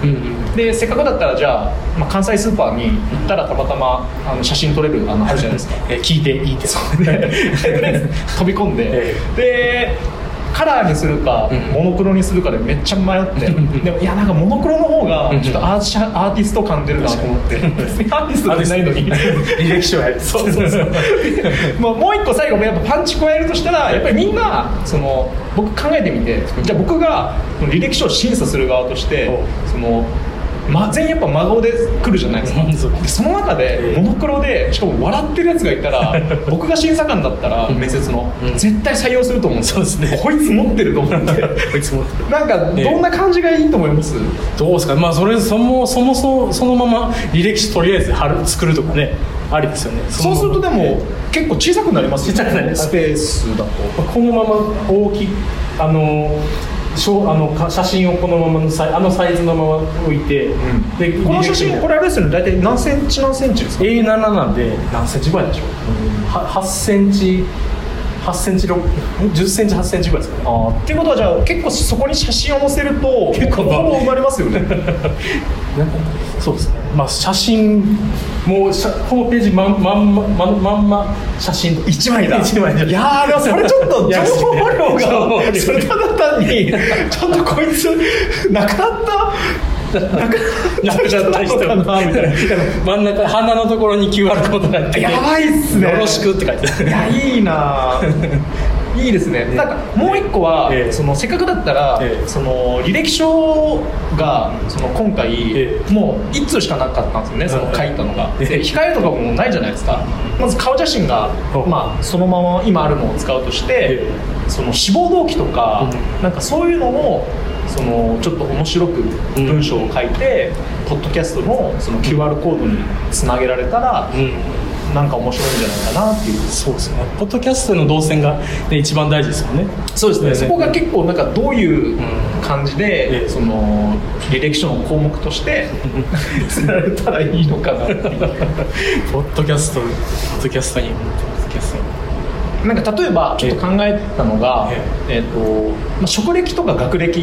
でせっかくだったらじゃあ、関西スーパーに行ったらたまたま写真撮れるあるじゃないですか聞いていいですか飛び込んで、でカラーにするか、モノクロにするかでめっちゃ迷ってでもいやなんかモノクロの方がちょっとアーティスト感出るなと思ってアーティストじゃないのに履歴書やるそうもう一個最後やっぱパンチ加えるとしたらやっぱりみんなその僕考えてみてじゃあ僕が履歴書を審査する側としてその全員やっぱ真顔で来るじゃないですかでその中でモノクロでしかも笑ってるやつがいたら僕が審査官だったら面接の絶対採用すると思うんですよ。そうですね。こいつ持ってると思ってこいつ持ってるなんかどんな感じがいいと思います？ どうですか。それそもそのまま履歴書とりあえず作るとかねありですよね。 そうするとでも結構小さくなりますよね。 小さくなりますスペースだとこのまま大きい写真をこのままのサイズのまま置いて、でこの写真これあれですよね大体何センチですか？ A7 なんで何センチぐらいでしょう、8センチ10センチ8センチぐらいですかね。 っていうことはじゃあ結構そこに写真を載せると結構ほぼ埋まりますよねそうですね。写真もうホームページまんま写真 1枚だ 1枚だ。 いやでもそれちょっと情報量がそれただ単にちょっとこいつなくなったなくなっちゃった人かなみたいな真ん中鼻のところに QR コードがあってやばいっすねよろしくって書いてある。 いやいいないいですね。なんかもう一個は、そのせっかくだったら、その履歴書がその今回、もう1通しかなかったんですよね、その書いたのが。で控えとかもないじゃないですか。まず顔写真が、そのまま今あるのを使うとして、その志望動機とか、なんかそういうのをそのちょっと面白く文章を書いて、ポッドキャストのその QR コードにつなげられたら、なんか面白いんじゃないかなっていう。 そうですね。ポッドキャストの動線が、一番大事ですよね。 そうですね。そこが結構なんかどういう感じで、その履歴書の項目としてつられたらいいのかなっていう。 ポッドキャストになんか例えばちょっと考えたのが、職歴とか学歴って、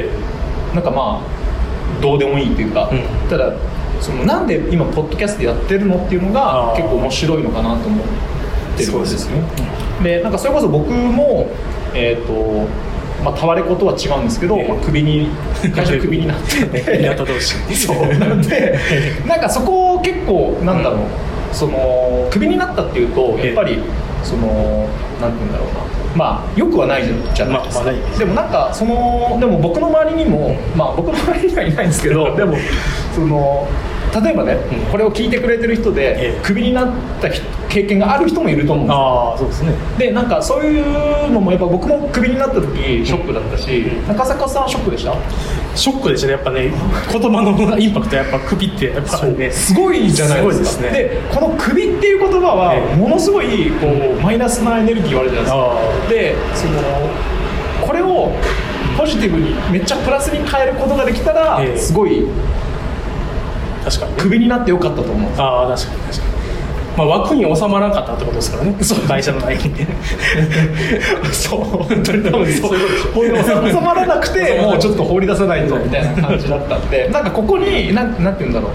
なんかどうでもいいというか、ただそのなんで今ポッドキャストやってるのっていうのが結構面白いのかなと思ってるんですね。でなんかそれこそ僕もタワレコとは違うんですけど、会社クビになってやった同士そうなんでなんかそこを結構なんだろう、そのクビになったっていうとやっぱりそのなんていうんだろうな、よくはないじゃないですか。でもなんかでも僕の周りにも、僕の周りにはいないんですけどでもその例えばね、これを聞いてくれてる人でクビになった経験がある人もいると思うんですよ。 そうですね。 でなんかそういうのもやっぱ僕もクビになった時ショックだったし、中坂さんはショックでした？ ショックでしたね。やっぱね、言葉のインパクトやっぱクビってやっぱねすごいじゃないですか。 すごいですね。 でこのクビっていう言葉はものすごいこうマイナスなエネルギーがあるじゃないですか。でそのこれをポジティブにめっちゃプラスに変えることができたら、すごい確かに、 クビになってよかったと思うんです。 確かに枠に収まらなかったってことですからね。そう、会社の内勤でそう本当に多分そういうことです。収まらなくてもうちょっと放り出さないとみたいな感じだったんでなんかここになんて言うんだろう、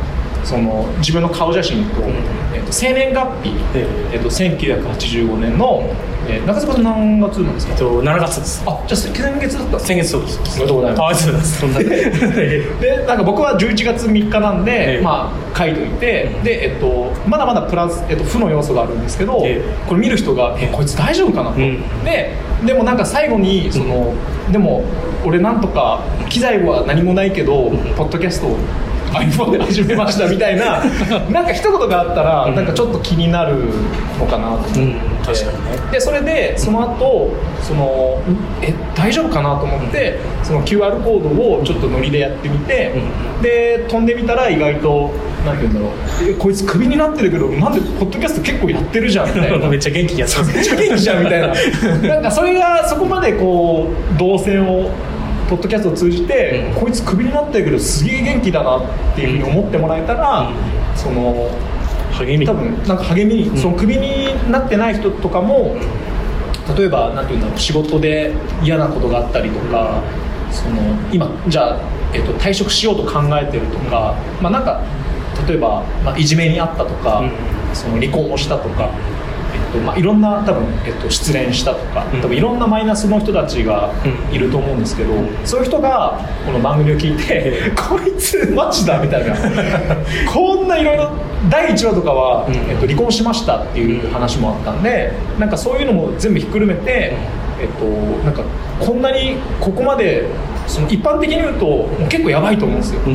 その自分の顔写真と、生年月日、1985年の、中塚さん何月なんですか 7月です。 じゃあ先月だったんですか。 先月そうです。 おめでとうございます。 ありがとうございます。そんなでなんか僕は11月3日なんで、まあ書いといて、でまだまだプラス、負の要素があるんですけど、これ見る人がこいつ大丈夫かなと、でもなんか最後にその、でも俺なんとか機材は何もないけど、ポッドキャストを iPhone で始めましたみたいななんか一言があったら、なんかちょっと気になるのかなと思って、 確かにね。 でそれでその後その大丈夫かなと思って、その QR コードをちょっとノリでやってみて、で飛んでみたら意外となんて言うんだろう、こいつクビになってるけどなんでポッドキャスト結構やってるじゃんみたいなめっちゃ元気にやってます。 めっちゃ元気じゃんみたいななんかそれがそこまでこう動線をポッドキャストを通じて、こいつクビになってるけどすげえ元気だなっていうふうに思ってもらえたら、その励み、 多分なんか励みに、そのクビになってない人とかも、例えばなんていうんだろう、仕事で嫌なことがあったりとか、その今じゃあ、退職しようと考えてるとか、まあなんか例えば、まあ、いじめにあったとか、その離婚をしたとか、まあ、いろんな多分、失恋したとか、多分いろんなマイナスの人たちがいると思うんですけど、そういう人がこの番組を聞いてこいつマジだみたいなこんないろいろ第1話とかは、離婚しましたっていう話もあったんで、なんかそういうのも全部ひっくるめて、なんかこんなにここまでその一般的に言うともう結構やばいと思うんですよ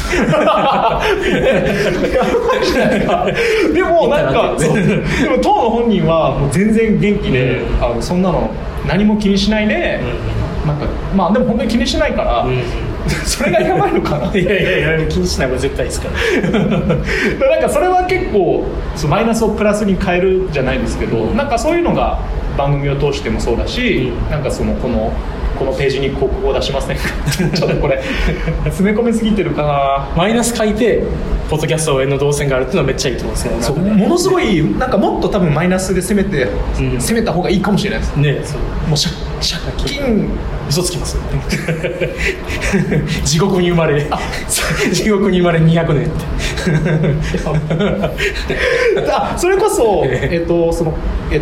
でもなんかでも当の本人はもう全然元気で、そんなの何も気にしないで、なんかまあでも本当に気にしないから、それがやばいのかな。 いや気にしない方が絶対いいですからなんかそれは結構マイナスをプラスに変えるじゃないですけど、なんかそういうのが番組を通してもそうだし、なんかそのこのページに広告を出しませんかちょっとこれ詰め込みすぎてるかな。 マイナス書いてポッドキャストへの動線があるっていうのはめっちゃいいと思うんですけど、 そうものすごいなんかもっと多分マイナスで攻めた方がいいかもしれないですね。そうもう借金嘘つきます地獄に生まれ地獄に生まれ200年ってそれこそその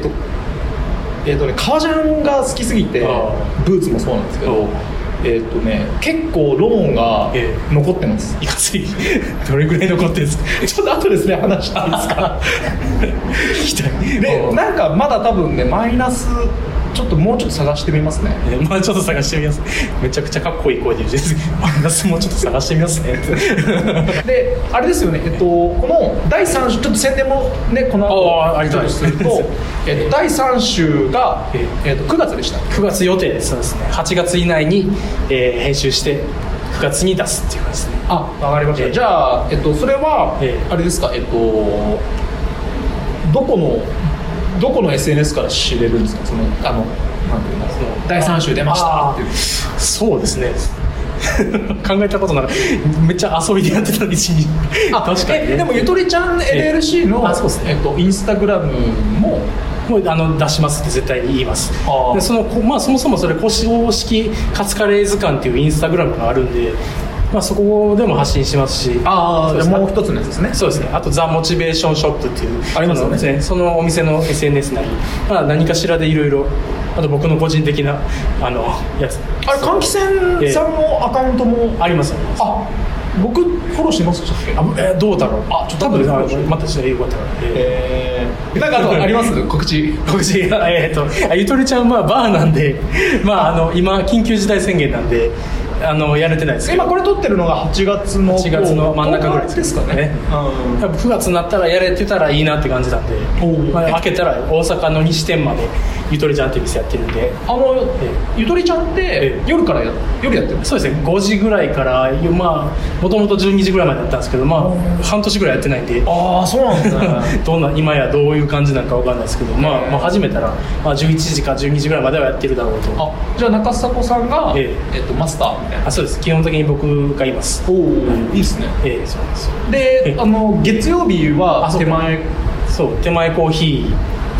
革ジャンが好きすぎて、ブーツもそうなんですけど、結構ローンが残ってます。 いかついどれぐらい残ってるんですかちょっと後ですね話していいですか聞きたい。 でなんかまだ多分ねマイナスちょっともうちょっと探してみますね。 まあちょっと探してみます。めちゃくちゃかっこいい声で言うマイナスもうちょっと探してみますねであれですよね、この第3週ちょっと宣伝もねこの後ちょっとすると第3週が、9月でした。 9月予定です。そうですね。8月以内に、編集して9月に出すっていう感じですね。 わかりました。じゃあ、それは、あれですか、どこの SNS から知れるんですか。そのなんていうの、第3週出ましたっていう。 そうですね考えたことなかった。めっちゃ遊びでやってたんで確かに、ね、 でもゆとりちゃん LLC の、 そうですね、 インスタグラムも出しますって絶対に言います。でそもそもそれ公式カツカレー図鑑っていうインスタグラムがあるんで、そこでも発信しますし、 じゃあもう一つのやつですね。 そうですね。あとザ・モチベーションショップっていうありますよね。 そのお店の SNS なり、何かしらでいろいろ、あと僕の個人的なやつ、 あれ換気扇さんのアカウントもありますよね。 僕フォローしてますでしたっけ。 どうだろう。ちょっと多分またよかったら。なんかあります告知ゆとりちゃんはバーなんで今緊急事態宣言なんでやれてないですけど、 今これ撮ってるのが8月の真ん中ぐらいですかね。多分9月になったらやれてたらいいなって感じなんで、開けたら大阪の西店までゆとりちゃんって店やってるんで、 ゆとりちゃんって夜やってる。 そうですね。5時ぐらいからもともと12時ぐらいまでやったんですけど、半年ぐらいやってないんで、 そうなんですね今やどういう感じなのか分かんないですけど、始めたら11時か12時ぐらいまではやってるだろうと。 じゃあ中迫さんが、マスターみたいな。 そうです。基本的に僕がいます。 いいですね。 そうです。 で月曜日は手前コーヒーって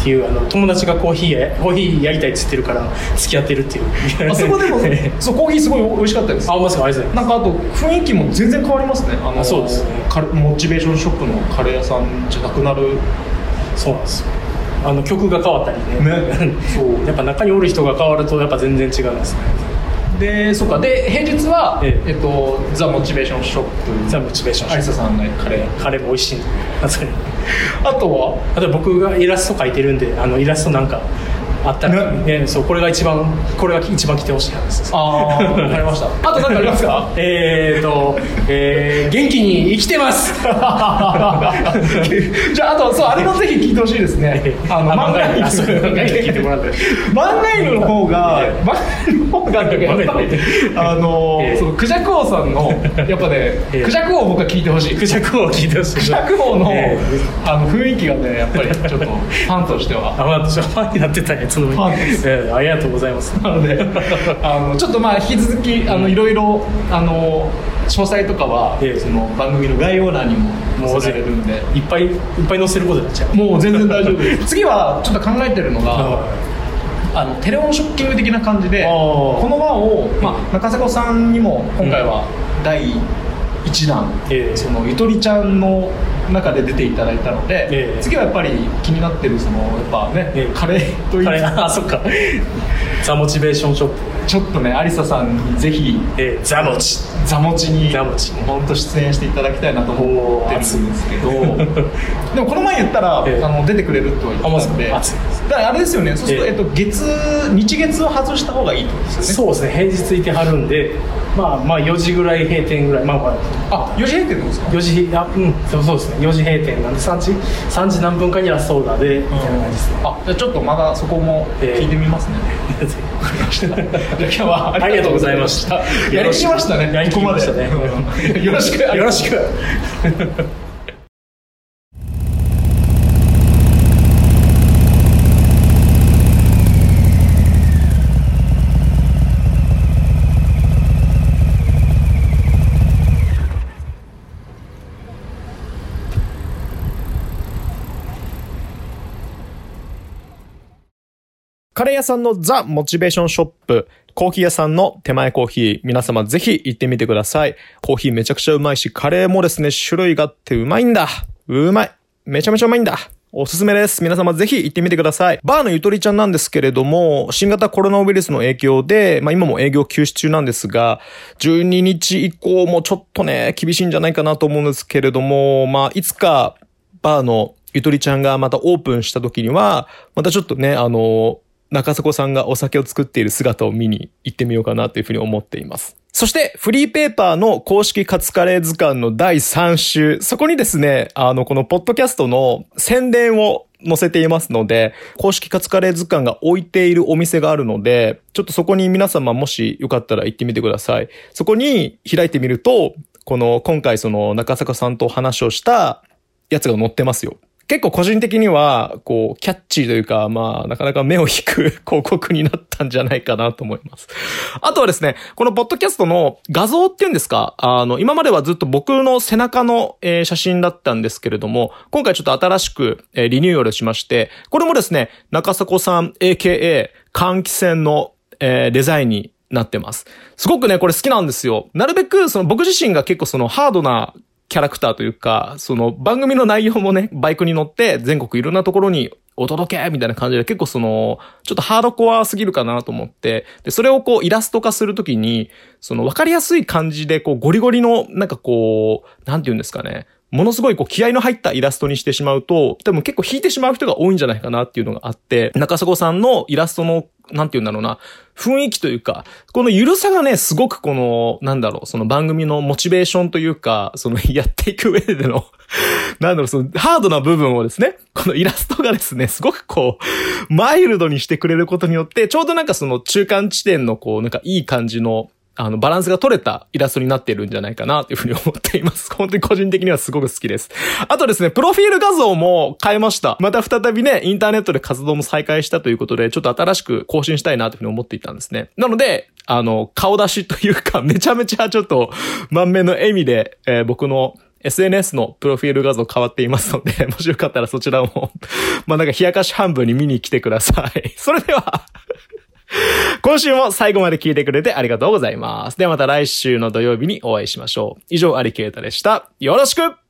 っていう、友達がコーヒーやりたいって言ってるから付き合ってるっていう。 あそこでもそうコーヒーすごい美味しかったです。 あ、まさかありがとうございます。 なんかあと雰囲気も全然変わりますね。 そうですね。 モチベーションショップのカレー屋さんじゃなくなる。 そうなんですよ。曲が変わったりね。そうやっぱ中におる人が変わるとやっぱ全然違うんですね。 で、そうか。で、平日は、ザ・モチベーションショップ。 ザ・モチベーションショップ。 有沙さんがカレーも美味しいんで。 あとは僕がイラスト描いてるんで、イラストなんかあったら、ね、そう、これが一番来てほしい話です。 わかりました。あと何かありますか？ 元気に生きてます。 じゃあ、あと、そう、あれもぜひ聞いてほしいですね。漫画犬聞いてもらって。 漫画犬の方が、やっぱり、そのクジャク王さんの、やっぱね、クジャク王を僕は聞いてほしい。 クジャク王を聞いてほしい。 クジャク王の雰囲気がね、やっぱりちょっと、ファンとしては。 ファンになってたやつの。 ファンです。 ありがとうございます。 なので、ちょっと引き続き、いろいろ、詳細とかは、その番組の概要欄にも載せられるんで、 いっぱい載せることになっちゃう。 もう全然大丈夫です。次はちょっと考えてるのが、テレフォンショッキング的な感じで、この輪を、中迫さんにも今回は第1弾、そのゆとりちゃんの中で出ていただいたので、次はやっぱり気になってるやっぱね、カレーという、 そっか、ザ・モチベーションショップ、 ちょっとね、有沙さんにぜひ、 ザモチに本当出演していただきたいなと思ってるんですけど、でもこの前言ったら、出てくれると言ってたので、だからあれですよね、そうすると、日月を外した方がいいってことですよね。 そうですね、平日いてはるんで、4時ぐらい閉店ぐらい、 4時閉店なんですか？ そうですね、4時閉店なんで3時何分かにラストオーダーでみたいな感じですね。 じゃあちょっとまだそこも聞いてみますね。わかりました。じゃあ今日はありがとうございました。 やりきりましたね。 やりきりましたね。 よろしく。 よろしく。 カレー屋さんのザ・モチベーションショップ、コーヒー屋さんの手前コーヒー、皆様ぜひ行ってみてください。コーヒーめちゃくちゃうまいし、カレーもですね、種類があってうまいんだ。うまい。めちゃめちゃうまいんだ。おすすめです。皆様ぜひ行ってみてください。バーのゆとりちゃんなんですけれども、新型コロナウイルスの影響で、今も営業休止中なんですが、12日以降もちょっとね、厳しいんじゃないかなと思うんですけれども、いつかバーのゆとりちゃんがまたオープンした時には、またちょっとね、中迫さんがお酒を作っている姿を見に行ってみようかなというふうに思っています。そして、フリーペーパーの公式カツカレー図鑑の第3週、そこにですね、このポッドキャストの宣伝を載せていますので、公式カツカレー図鑑が置いているお店があるので、ちょっとそこに皆様もしよかったら行ってみてください。そこに開いてみると、今回その中迫さんと話をしたやつが載ってますよ。結構個人的には、キャッチーというか、なかなか目を引く広告になったんじゃないかなと思います。あとはですね、このポッドキャストの画像っていうんですか、今まではずっと僕の背中の、写真だったんですけれども、今回ちょっと新しく、リニューアルしまして、これもですね、中迫さん AKA 換気扇の、デザインになってます。すごくね、これ好きなんですよ。なるべく、僕自身が結構ハードなキャラクターというか、番組の内容もね、バイクに乗って全国いろんなところにお届けみたいな感じで結構ちょっとハードコアすぎるかなと思って、で、それをイラスト化するときに、わかりやすい感じでゴリゴリの、なんて言うんですかね。ものすごい気合の入ったイラストにしてしまうと、多分結構引いてしまう人が多いんじゃないかなっていうのがあって、中迫さんのイラストの、なんて言うんだろうな、雰囲気というか、この緩さがね、すごく番組のモチベーションというか、やっていく上での、ハードな部分をですね、このイラストがですね、すごくマイルドにしてくれることによって、ちょうど中間地点のいい感じの、バランスが取れたイラストになっているんじゃないかなというふうに思っています。本当に個人的にはすごく好きです。あとですね、プロフィール画像も変えました。また再びね、インターネットで活動も再開したということで、ちょっと新しく更新したいなというふうに思っていたんですね。なので、顔出しというか、めちゃめちゃちょっと満面の笑みで、僕の SNS のプロフィール画像変わっていますので、もしよかったらそちらも、なんか冷やかし半分に見に来てください。それでは、今週も最後まで聞いてくれてありがとうございます。ではまた来週の土曜日にお会いしましょう。以上、有啓太でした。よろしく。